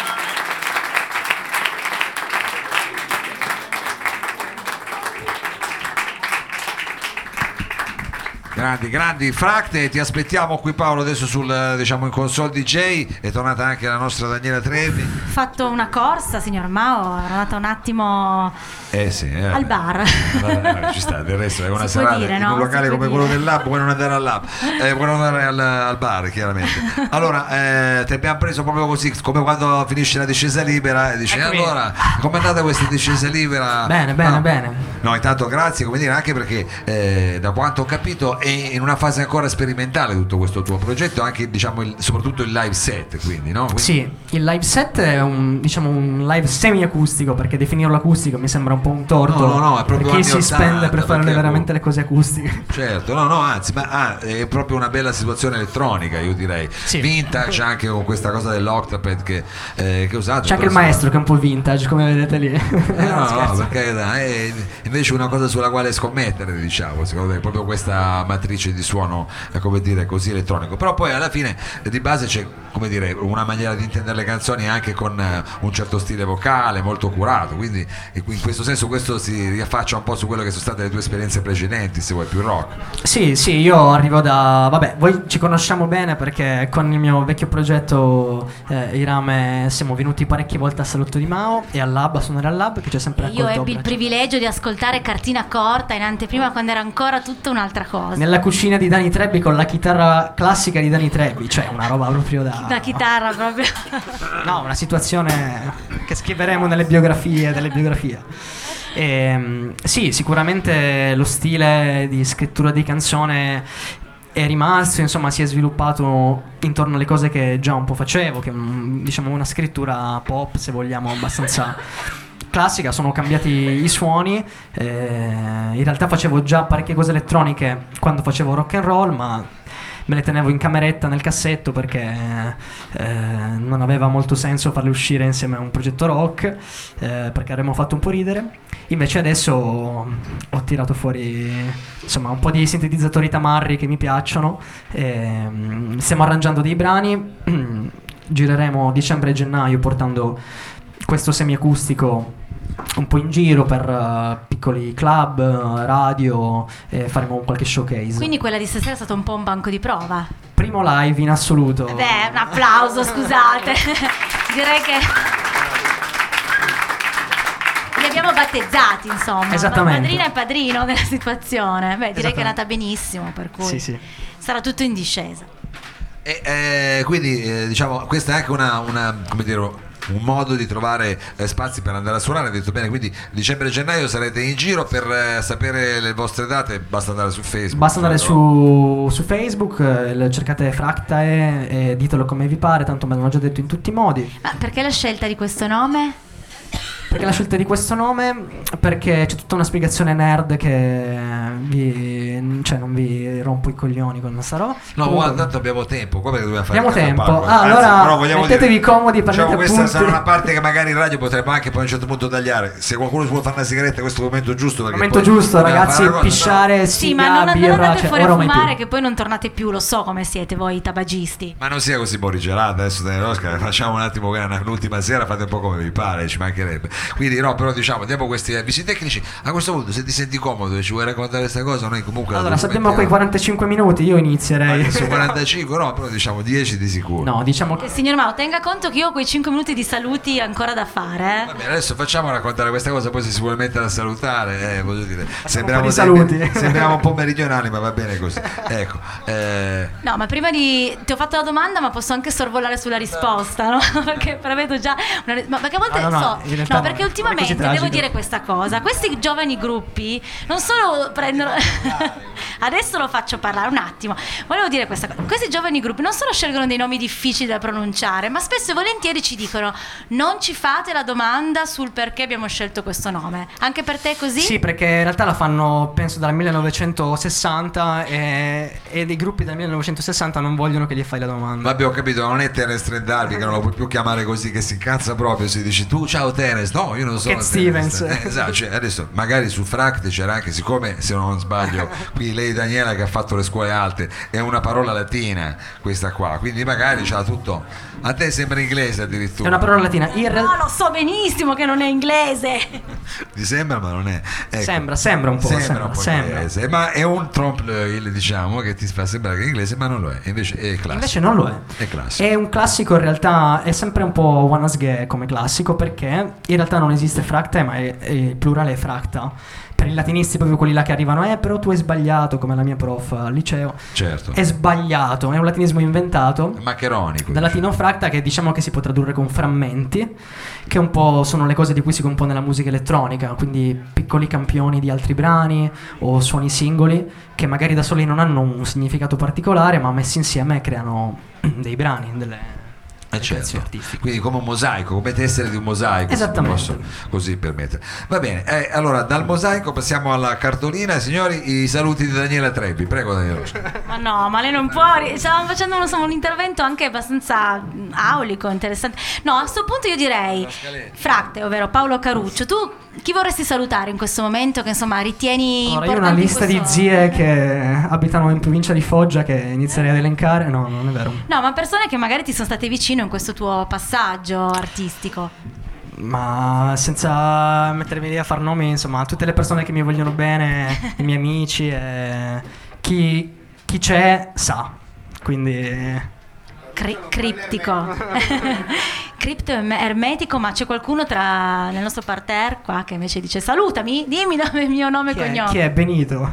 Grandi Fracte, ti aspettiamo qui Paolo adesso sul, diciamo, in console DJ. È tornata anche la nostra Daniela Trevi. Ho fatto una corsa, signor Mao, ero andata un attimo al bar. Ci sta, del resto è una Si può serata dire, in no? un locale Si può come quello dire. del Lab, puoi non andare al Lab, puoi non andare al bar chiaramente. Allora, ti abbiamo preso proprio così, come quando finisce la discesa libera e dici Eccomi. allora, com'è andata questa discesa libera? Bene, bene. No, intanto grazie, come dire, anche perché da quanto ho capito è in una fase ancora sperimentale tutto questo tuo progetto, anche diciamo soprattutto il live set, quindi no? Sì, il live set è un live semi-acustico, perché definirlo acustico mi sembra un po' un torto. No, è proprio perché anni si 80, spende per fare perché veramente le cose acustiche. Certo, no, anzi, ma è proprio una bella situazione elettronica, io direi. Sì. Vintage anche con questa cosa dell'Octapad che ho usato. C'è anche il maestro che è un po' vintage, come vedete lì. No, perché è invece una cosa sulla quale scommettere, diciamo, secondo me, proprio questa matrice di suono, come dire, così elettronico. Però poi alla fine di base c'è come dire, una maniera di intendere le canzoni anche con un certo stile vocale molto curato, quindi in questo senso questo si riaffaccia un po' su quello che sono state le tue esperienze precedenti, se vuoi, più rock. Sì, io arrivo vabbè, voi ci conosciamo bene perché con il mio vecchio progetto Irame siamo venuti parecchie volte al Salotto di Mao e al Lab, a suonare al Lab, che ci ha sempre accolto. Io ebbi il privilegio di ascoltare Cartina Corta in anteprima quando era ancora tutta un'altra cosa. Nella cucina di Dani Trebbi con la chitarra classica di Dani Trebbi, cioè una roba proprio La chitarra proprio. No, una situazione che scriveremo nelle biografie. Sì, sicuramente lo stile di scrittura di canzone è rimasto, insomma si è sviluppato intorno alle cose che già un po' facevo, che diciamo una scrittura pop, se vogliamo, abbastanza classica. Sono cambiati i suoni, in realtà facevo già parecchie cose elettroniche quando facevo rock and roll, ma me le tenevo in cameretta nel cassetto perché non aveva molto senso farle uscire insieme a un progetto rock, perché avremmo fatto un po' ridere. Invece adesso ho tirato fuori insomma un po' di sintetizzatori tamarri che mi piacciono, stiamo arrangiando dei brani, gireremo dicembre e gennaio portando questo semiacustico un po' in giro per piccoli club, radio, faremo qualche showcase. Quindi quella di stasera è stato un po' un banco di prova. Primo live in assoluto. Beh, un applauso, scusate. Direi che li abbiamo battezzati, insomma. Esattamente. Madrina e padrino della situazione. Beh, direi che è nata benissimo, per cui sì. sarà tutto in discesa. E quindi diciamo questa è anche una come dire, un modo di trovare spazi per andare a suonare, hai detto bene, quindi dicembre e gennaio sarete in giro. Per sapere le vostre date basta andare su Facebook. Basta andare su Facebook, cercate Fractae e ditelo come vi pare, tanto me l'hanno già detto in tutti i modi. Ma perché la scelta di questo nome? Perché la scelta di questo nome? Perché c'è tutta una spiegazione nerd che non vi rompo i coglioni con questa roba. No, guarda, tanto abbiamo tempo. Come dobbiamo fare? Abbiamo tempo. Anzi, Allora mettetevi comodi, prendete diciamo, questa appunti. sarà una parte che magari in radio potremmo anche poi a un certo punto tagliare. Se qualcuno si vuole fare una sigaretta, questo è il momento giusto. Il momento giusto, ragazzi, pisciare, sì, ma non andate fuori a fumare, che poi non tornate più. Lo so come siete voi tabagisti. Ma non sia così morigerata adesso dell'Oscar, facciamo un attimo l'ultima sera, fate un po' come vi pare, ci mancherebbe. Quindi no, però diciamo, diamo questi avvisi tecnici. A questo punto, se ti senti comodo e ci vuoi raccontare questa cosa, noi comunque allora sappiamo quei 45 minuti, io inizierei. Su 45 no, però diciamo 10 di sicuro. No, diciamo che signor Mao, tenga conto che io ho quei 5 minuti di saluti ancora da fare. Va bene, adesso facciamo raccontare questa cosa, poi se si vuole mettere a salutare, voglio dire, sembriamo un po' meridionali, ma va bene così. Ecco. No, ma prima ti ho fatto la domanda, ma posso anche sorvolare sulla risposta, no? Perché prevedo già ma perché a volte no, perché ultimamente devo dire questa cosa. Questi giovani gruppi non solo prendono adesso lo faccio parlare un attimo. Volevo dire questa cosa. Questi giovani gruppi non solo scelgono dei nomi difficili da pronunciare, ma spesso e volentieri ci dicono: non ci fate la domanda sul perché abbiamo scelto questo nome. Anche per te è così? Sì, perché in realtà la fanno penso dal 1960 e dei gruppi dal 1960 non vogliono che gli fai la domanda. Vabbè, ho capito, non è Terence Trendalvi, che non lo puoi più chiamare così, che si incazza proprio, si dici tu ciao Terence, no, io non sono Cat Stevens. Esatto, cioè, adesso magari su Fract c'era anche, siccome se non sbaglio qui lei Daniela che ha fatto le scuole alte, è una parola latina questa qua, quindi magari c'ha tutto. A te sembra inglese addirittura. È una parola latina. No, lo so benissimo che non è inglese. Ti sembra, ma non è. Ecco. Sembra un po'. Sembra. Inglese, ma è un trompe-l'œil, diciamo, che ti fa sembrare che è inglese, ma non lo è. Invece è classico. Invece non lo è. È classico. È un classico, in realtà è sempre un po' one as gay come classico, perché in realtà non esiste fracta, ma il plurale è fracta. Per i latinisti, proprio quelli là che arrivano, però tu hai sbagliato, come la mia prof al liceo. Certo. È sbagliato, è un latinismo inventato. Maccheronico. Dal latino fracta, che diciamo che si può tradurre con frammenti, che un po' sono le cose di cui si compone la musica elettronica, quindi piccoli campioni di altri brani o suoni singoli che magari da soli non hanno un significato particolare, ma messi insieme creano dei brani, delle certo. Artistiche. Quindi come un mosaico, come tessere di un mosaico. Esattamente. Posso così permettere. Va bene, allora dal mosaico passiamo alla cartolina. Signori, i saluti di Daniela Trebbi. Prego Daniela. Ma no, ma lei non può. Stavamo facendo un intervento anche abbastanza aulico, interessante. No, a questo punto io direi Fracte, ovvero Paolo Caruccio. Tu chi vorresti salutare in questo momento che insomma ritieni Allora, io ho importanti una lista in di questo... zie che abitano in provincia di Foggia che inizierei ad elencare. No, non è vero. No, ma persone che magari ti sono state vicino in questo tuo passaggio artistico. Ma senza mettermi lì a far nomi, insomma, tutte le persone che mi vogliono bene, i miei amici, chi c'è sa. Quindi Criptico. Cripto ermetico, ma c'è qualcuno nel nostro parterre qua che invece dice salutami, dimmi il mio nome e cognome. chi è Benito?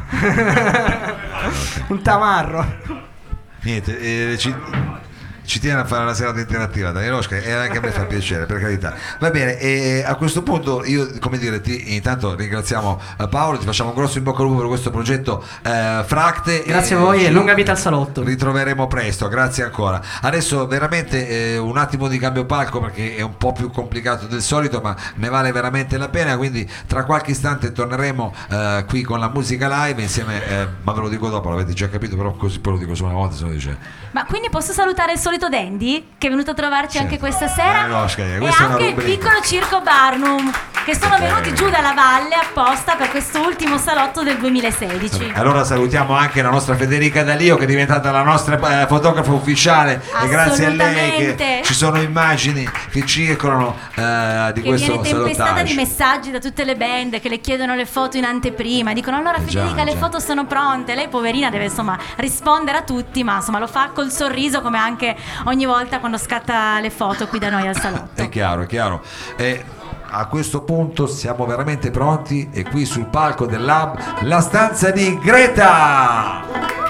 Un tamarro. Niente, ci tiene a fare una serata interattiva Danielosca e anche a me fa piacere, per carità. Va bene, e a questo punto io, come dire, intanto ringraziamo Paolo, ti facciamo un grosso in bocca al lupo per questo progetto Fracte. Grazie a voi e lunga vita al salotto. Ritroveremo presto, grazie ancora. Adesso veramente un attimo di cambio palco perché è un po' più complicato del solito, ma ne vale veramente la pena, quindi tra qualche istante torneremo qui con la musica live insieme, ma ve lo dico dopo, l'avete già capito, però così poi lo dico solo una volta, se lo dice. Ma quindi posso salutare il solito Dandy che è venuto a trovarci anche questa sera e questa è una anche il rubrica. piccolo circo Barnum che sono venuti giù dalla valle apposta per questo ultimo salotto del 2016. Allora salutiamo anche la nostra Federica D'Alio che è diventata la nostra fotografa ufficiale e grazie a lei che ci sono immagini che circolano di che questo viene tempestata salutaggio. di messaggi da tutte le band che le chiedono le foto in anteprima, dicono allora Federica le foto sono pronte, lei poverina deve insomma rispondere a tutti, ma insomma lo fa col sorriso come anche ogni volta quando scatta le foto qui da noi al salotto. È chiaro, è chiaro. A questo punto siamo veramente pronti e qui sul palco del Lab la stanza di Greta.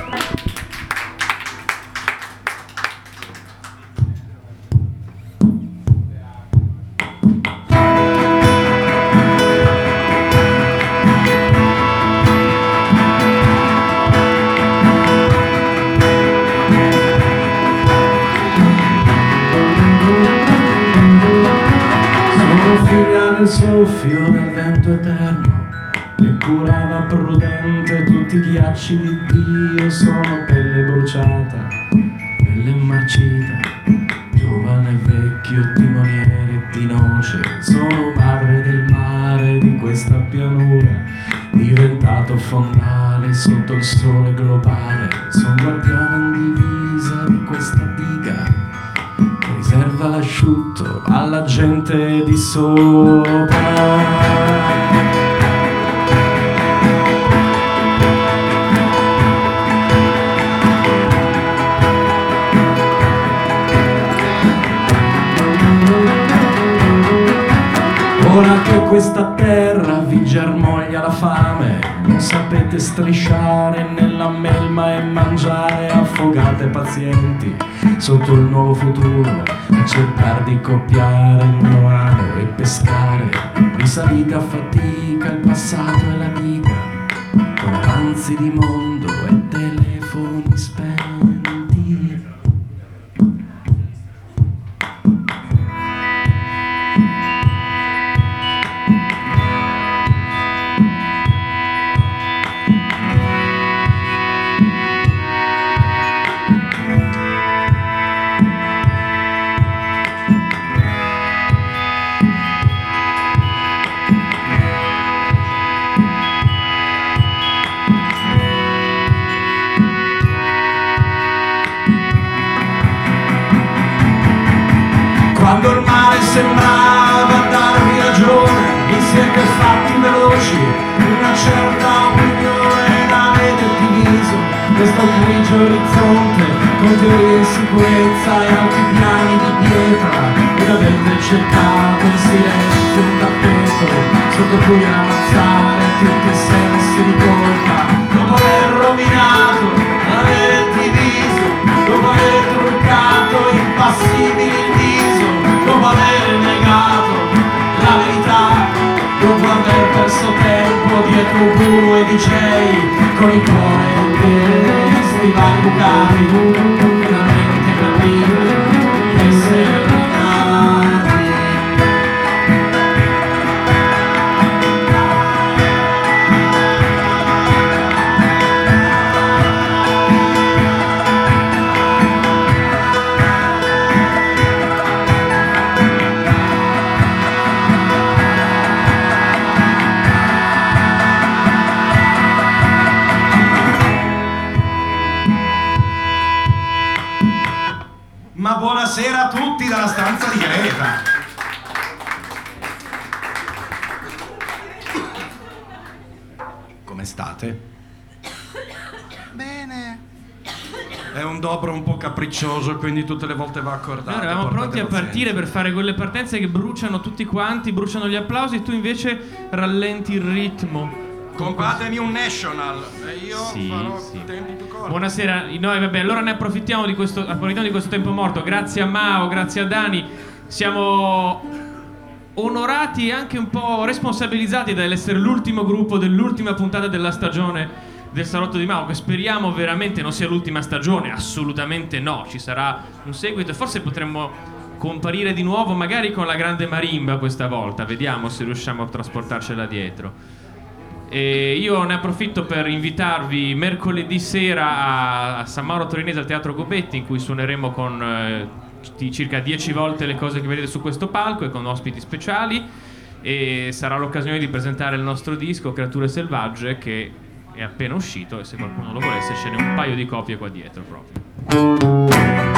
Il soffio del vento eterno che curava prudente tutti i ghiacci di Dio. Sono pelle bruciata, pelle marcita, giovane vecchio timoniere di noce. Sono madre del mare di questa pianura, diventato fondale sotto il sole globale. Sono guardiano in divisa di questa diga, riserva l'asciutto alla gente di sopra. Ora che questa terra vi germoglia la fame, non sapete strisciare nella melma e mangiare, affogate pazienti sotto il nuovo futuro a cercare di copiare il Noano e pescare. Risalite a fatica il passato e la diga, con avanzi di mondo e telefoni spenti. Quando il mare sembrava darvi ragione, vi siete fatti veloci, una certa opinione l'avete diviso. Questo grigio orizzonte, con teorie in sicurezza e altipiani di pietra, ed avete cercato in silenzio un tappeto sotto cui ammazzare tutti i sensi di colpa. Dopo aver rovinato, aver diviso, dopo aver truccato impassibili il viso, dopo aver negato la verità, dopo aver perso tempo dietro guru e DJ, con il cuore e stivali bucati, finalmente capire che essere nati. Buonasera a tutti dalla stanza di Greta. Come state? Bene. È un dobro un po' capriccioso, quindi tutte le volte va accordato. Noi eravamo pronti a partire per fare quelle partenze che bruciano tutti quanti, bruciano gli applausi, tu invece rallenti il ritmo. Compatemi un national e io farò sì. tempi più corti. Buonasera, noi vabbè, allora ne approfittiamo di questo tempo morto. Grazie a Mao, grazie a Dani. Siamo onorati e anche un po' responsabilizzati dall'essere l'ultimo gruppo dell'ultima puntata della stagione del Salotto di Mao, che speriamo veramente non sia l'ultima stagione. Assolutamente no, ci sarà un seguito e forse potremmo comparire di nuovo magari con la grande marimba questa volta. Vediamo se riusciamo a trasportarcela dietro. E io ne approfitto per invitarvi mercoledì sera a San Mauro Torinese al Teatro Gobetti, in cui suoneremo con circa 10 volte le cose che vedete su questo palco e con ospiti speciali, e sarà l'occasione di presentare il nostro disco Creature Selvagge, che è appena uscito, e se qualcuno lo volesse ce n'è un paio di copie qua dietro proprio.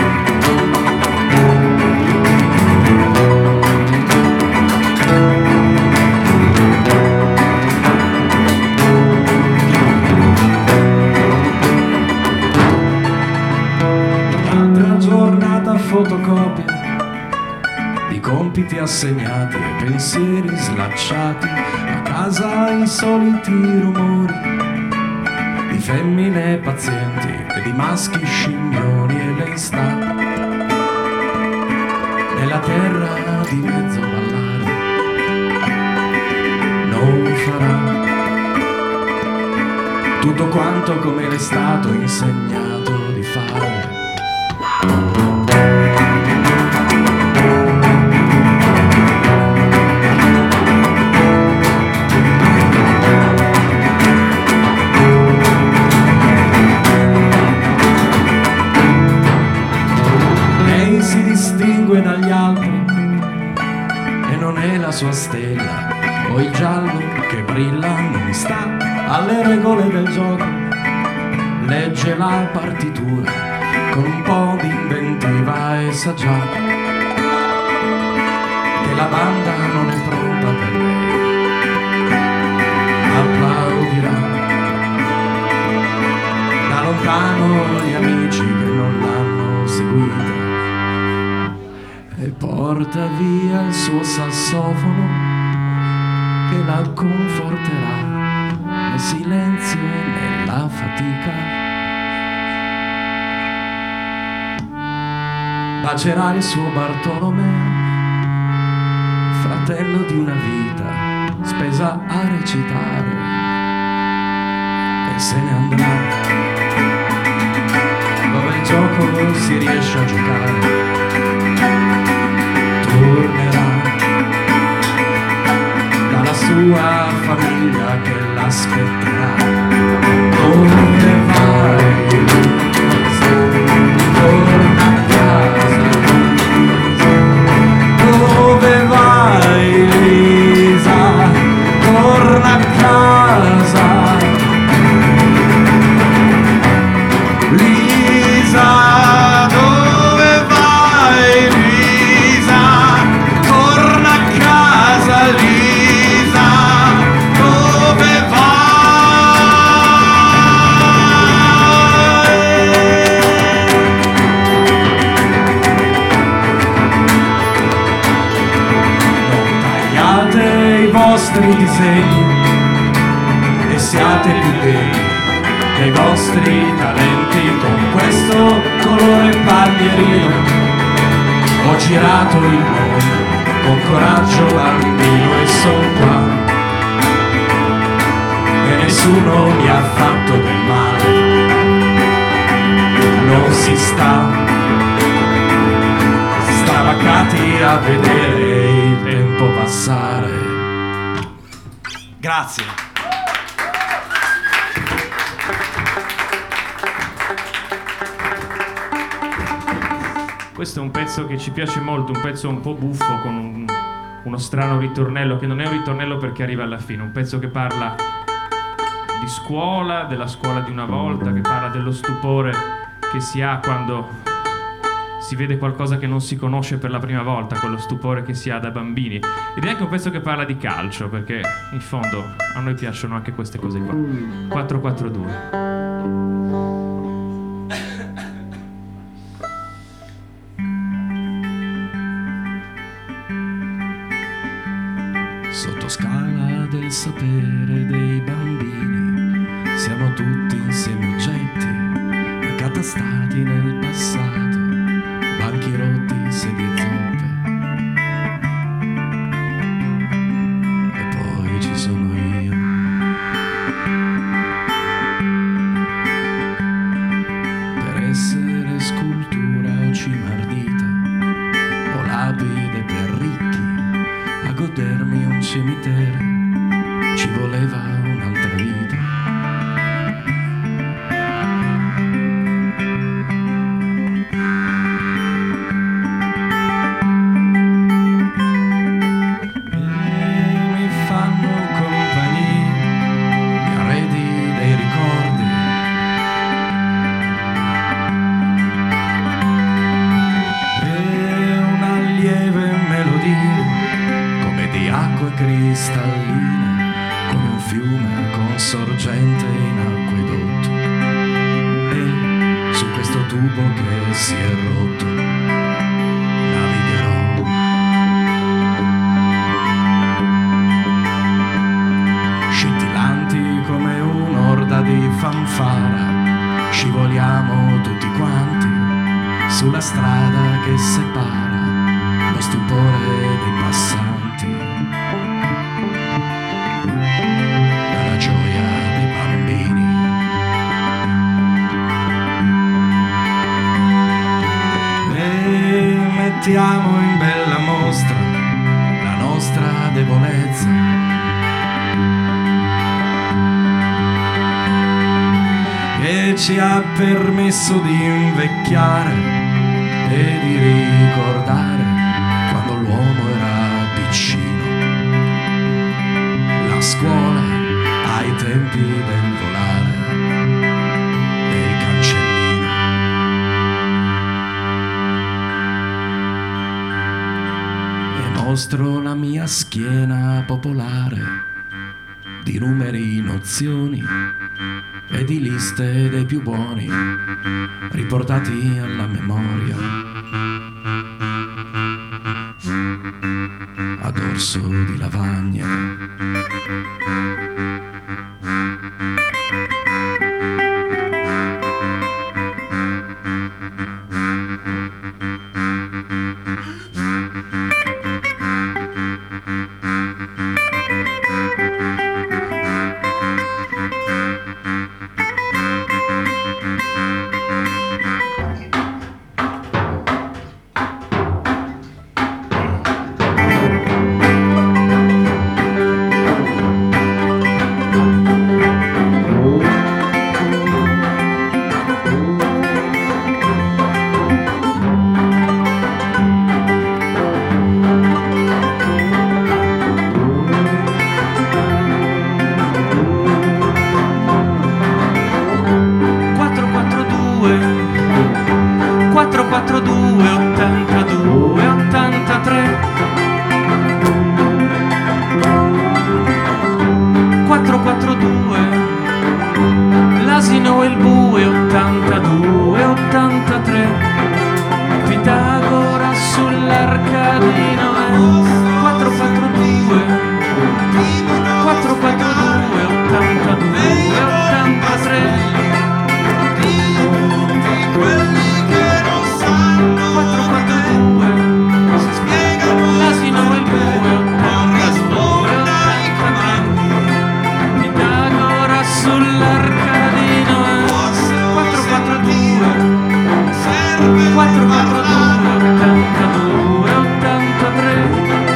Fotocopia di compiti assegnati e pensieri slacciati, a casa i soliti rumori di femmine pazienti e di maschi scimmioni, e lei sta nella terra di mezzo ballare, non farà tutto quanto come le è stato insegnato di fare. Dagli altri e non è la sua stella o il giallo che brilla, non sta alle regole del gioco, legge la partitura con un po' di inventiva e sa già che la banda non è pronta per lei, applaudirà da lontano gli amici che non l'hanno seguita e porta via il suo sassofono che la conforterà nel silenzio e nella fatica. Bacerà il suo Bartolomeo, fratello di una vita spesa a recitare, e se ne andrà dove il gioco si riesce a giocare. Tornerà dalla sua famiglia che l'aspetterà. Dove vai? Torna a casa. Dove vai, Lisa? Torna a casa. Lisa. Vostri disegni e siate più degni dei vostri talenti. Con questo colore paglierino ho girato il mondo con coraggio bambino e son qua e nessuno mi ha fatto del male. Non si sta stavaccati a vedere il tempo passare. Grazie. Questo è un pezzo che ci piace molto, un pezzo un po' buffo con uno strano ritornello che non è un ritornello perché arriva alla fine, un pezzo che parla di scuola, della scuola di una volta, che parla dello stupore che si ha quando si vede qualcosa che non si conosce per la prima volta, quello stupore che si ha da bambini. Ed è anche un pezzo che parla di calcio, perché in fondo a noi piacciono anche queste cose qua. 4-4-2. Sotto scala del sapere dei bambini siamo tutti insieme oggetti accatastati nel passato, banchi rotti, sedie zoppe. E poi ci sono io. Per essere scultura o cima ardita o lapide per ricchi, a godermi un cimitero ci voleva un'altra vita. E mi fanno compagnia gli arredi dei ricordi. E una lieve melodia come di acque cristalline, come un fiume con sorgente in acquedotto. E su questo tubo che si è rotto navigherò. Scintillanti come un'orda di fanfara, scivoliamo tutti quanti sulla strada che separa lo stupore dei passanti dalla gioia dei bambini. E mettiamo in bella mostra la nostra debolezza, che ci ha permesso di invecchiare e di ricordare quando l'uomo era piccino, la scuola ai tempi del volare e il cancellino. E mostro la mia schiena popolare di numeri, nozioni e di liste dei più buoni riportati alla memoria a dorso di lavagna. L'asino e il bue 82, 83, Pitagora sull'arca di Noè 442, 442, 82, 83, quelli che non sanno 442, l'asino e il bue 82, 83, Pitagora sull'arca di Noè 442, 442, 82, 83.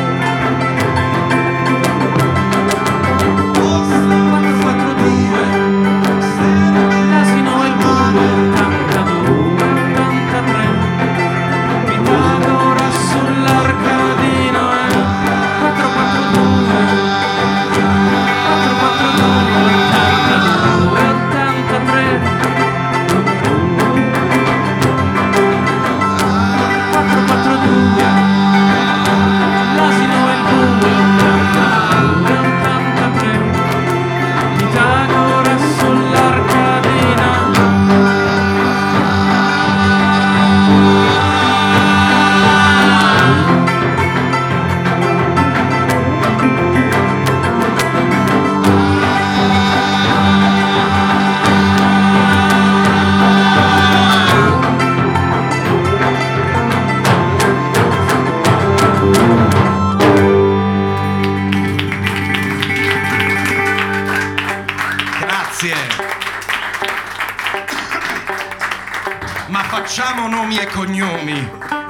Ma facciamo nomi e cognomi.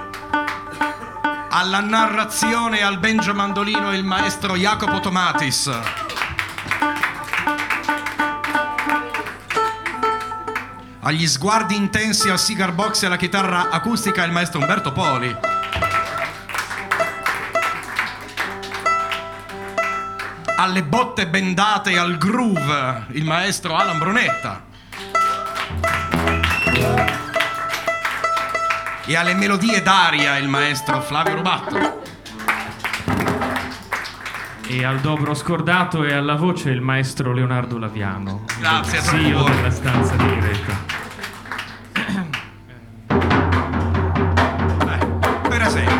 Alla narrazione e al banjo mandolino il maestro Jacopo Tomatis. Agli sguardi intensi al cigar box e alla chitarra acustica il maestro Umberto Poli. Alle botte bendate e al groove il maestro Alan Brunetta. E alle melodie d'aria il maestro Flavio Rubatto. E al dobro scordato e alla voce il maestro Leonardo Laviano. Grazie, il zio della stanza di Greta. Per esempio.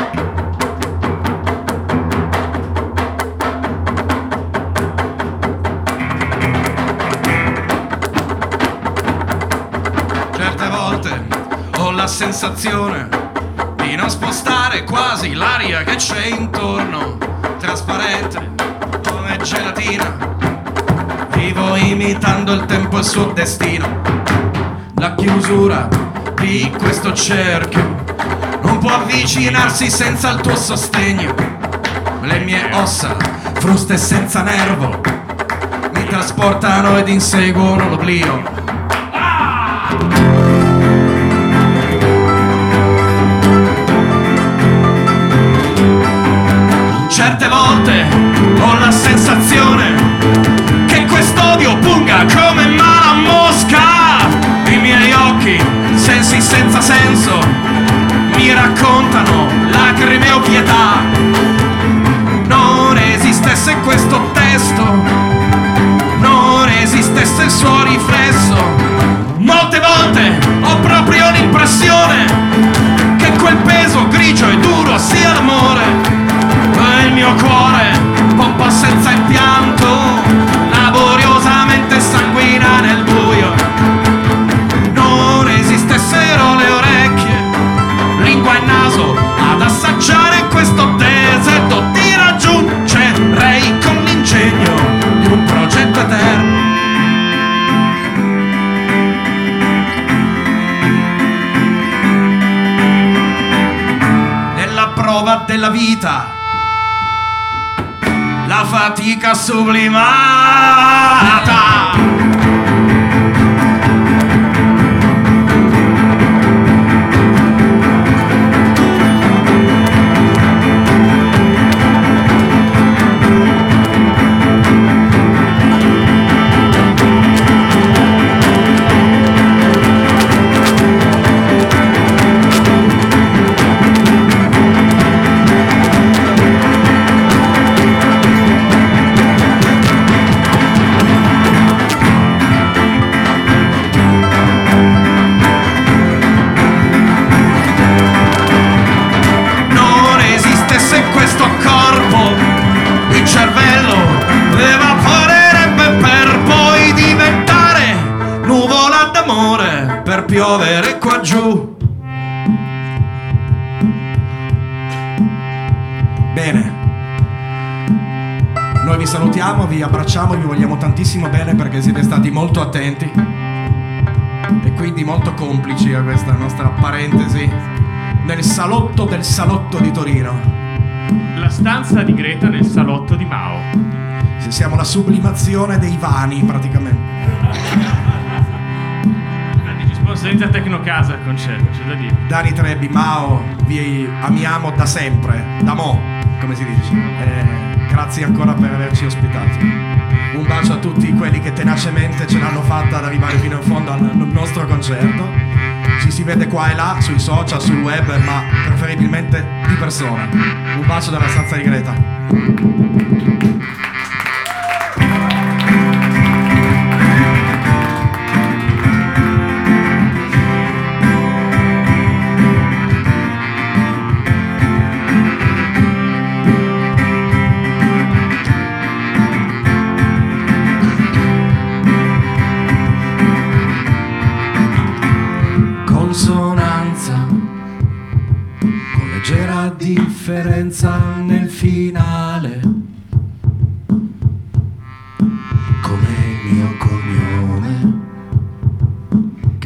Certe volte ho la sensazione di non spostare quasi l'aria che c'è intorno, trasparente come gelatina. Vivo imitando il tempo e il suo destino. La chiusura di questo cerchio non può avvicinarsi senza il tuo sostegno. Le mie ossa, fruste senza nervo, mi trasportano ed inseguono l'oblio. Certe volte ho la sensazione che quest'odio punga come mala mosca. I miei occhi, sensi senza senso, mi raccontano lacrime o pietà. Non esistesse questo testo, non esistesse il suo riflesso. Molte volte ho proprio l'impressione che quel peso grigio e duro sia l'amore. Il mio cuore pompa senza impianto, laboriosamente sanguina nel buio. Non esistessero le orecchie, lingua e naso ad assaggiare questo deserto. Ti raggiungerei con l'ingegno di un progetto eterno. Nella prova della vita la fatica sublimata. Per piovere qua giù. Bene, noi vi salutiamo, vi abbracciamo, vi vogliamo tantissimo bene perché siete stati molto attenti e quindi molto complici a questa nostra parentesi nel salotto del salotto di Torino. La stanza di Greta nel salotto di Mao. Siamo la sublimazione dei vani praticamente. Senza Tecnocasa il concerto, c'è da dire. Dani Trebbi, Mao, vi amiamo da sempre, da mo', come si dice. Grazie ancora per averci ospitato. Un bacio a tutti quelli che tenacemente ce l'hanno fatta ad arrivare fino in fondo al nostro concerto. Ci si vede qua e là, sui social, sul web, ma preferibilmente di persona. Un bacio dalla stanza di Greta. Differenza nel finale, come il mio cognome,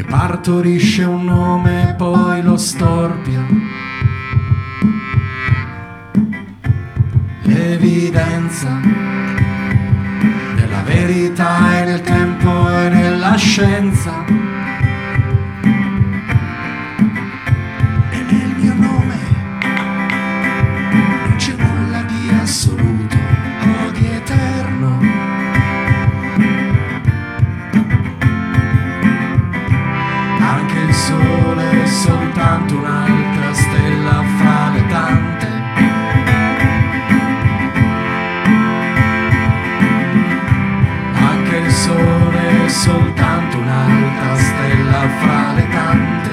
partorisce un nome e poi lo storpia. Evidenza della verità e nel tempo e nella scienza. E nel mio nome non c'è nulla di assoluto o di eterno. Anche il sole è soltanto un'altra stella fra le tante. Anche il sole è soltanto un'altra stella fra le tante.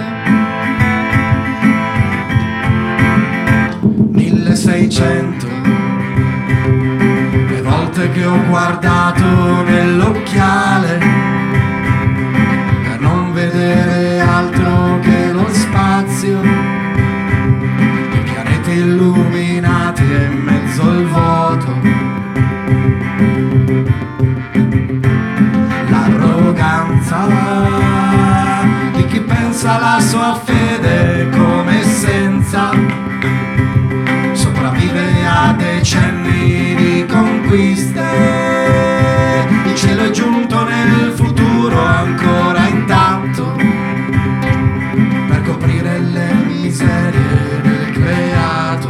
1600 le volte che ho guardato nell'occhiale per non vedere altro che lo spazio, i pianeti illuminati e in mezzo al vuoto, l'arroganza di chi pensa la sua fede come essenza, sopravvive a decenni di conquiste. Il cielo è giunto nel futuro ancora intatto per coprire le miserie del creato.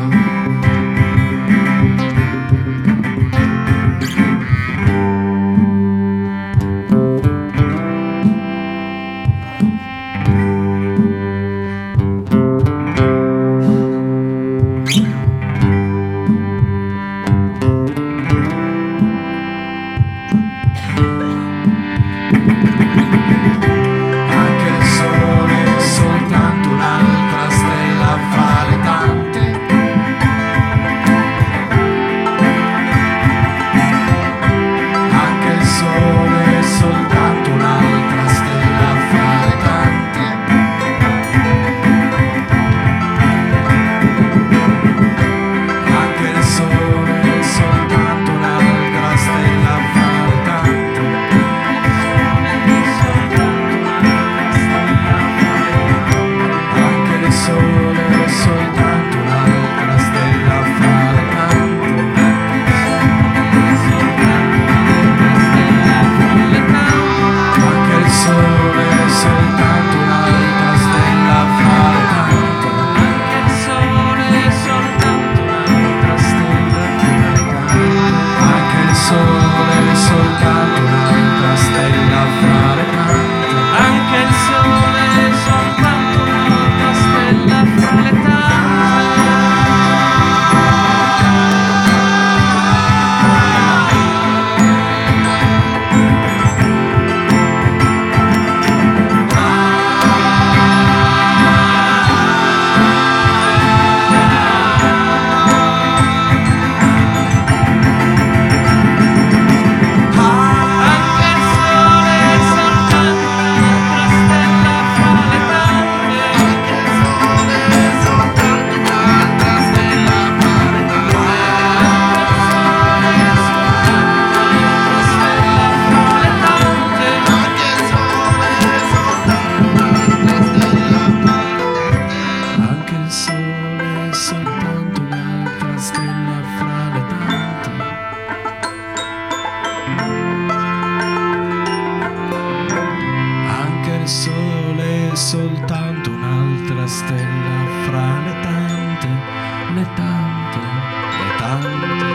Soltanto un'altra stella fra le tante, le tante, le tante.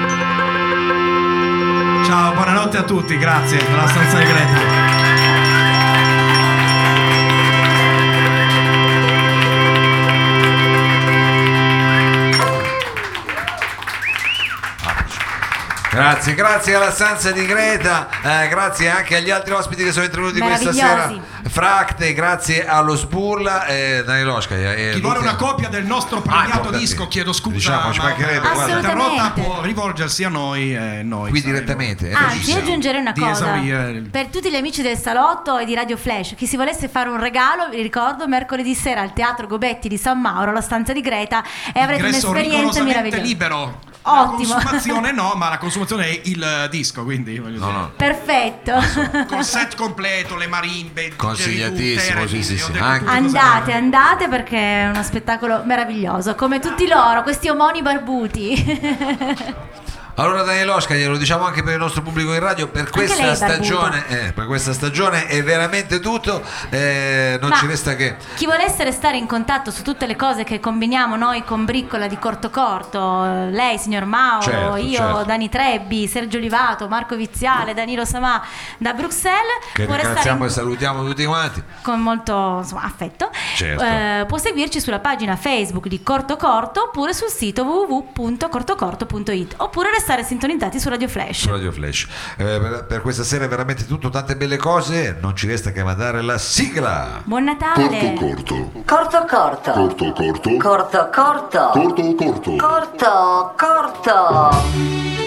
Ciao, buonanotte a tutti, grazie dalla stanza di Greta. Grazie, grazie alla stanza di Greta, grazie anche agli altri ospiti che sono intervenuti questa sera. Fracte, grazie allo Spurla, Danielosca. Chi vuole una copia del nostro premiato disco, chiedo scusa, diciamo, ci mancherebbe, interrotta, può rivolgersi a noi. Noi qui direttamente. Anzi, io aggiungerei una cosa. Per tutti gli amici del Salotto e di Radio Flash, chi si volesse fare un regalo, vi ricordo, mercoledì sera al Teatro Gobetti di San Mauro, alla stanza di Greta, e avrete un'esperienza meravigliosa. Libero. Ottimo. La consumazione no, ma la consumazione è il disco, quindi voglio dire. No. Perfetto. Col set completo, le marimbe, Consigliatissimo, sì. Andate perché è uno spettacolo meraviglioso, come tutti loro, questi omoni barbuti. Allora Daniele Oscar, glielo diciamo anche per il nostro pubblico in radio, per questa stagione è veramente tutto, non ci resta che... Chi volesse restare in contatto su tutte le cose che combiniamo noi con Briccola di Corto Corto, lei signor Mauro, io, Dani Trebbi, Sergio Olivato, Marco Viziale, Danilo Samà da Bruxelles, che ringraziamo e salutiamo tutti quanti con molto affetto, certo. Può seguirci sulla pagina Facebook di Corto Corto oppure sul sito www.cortocorto.it oppure restare sintonizzati su Radio Flash. Per questa sera è veramente tutto, tante belle cose, non ci resta che mandare la sigla. Buon Natale. Corto corto.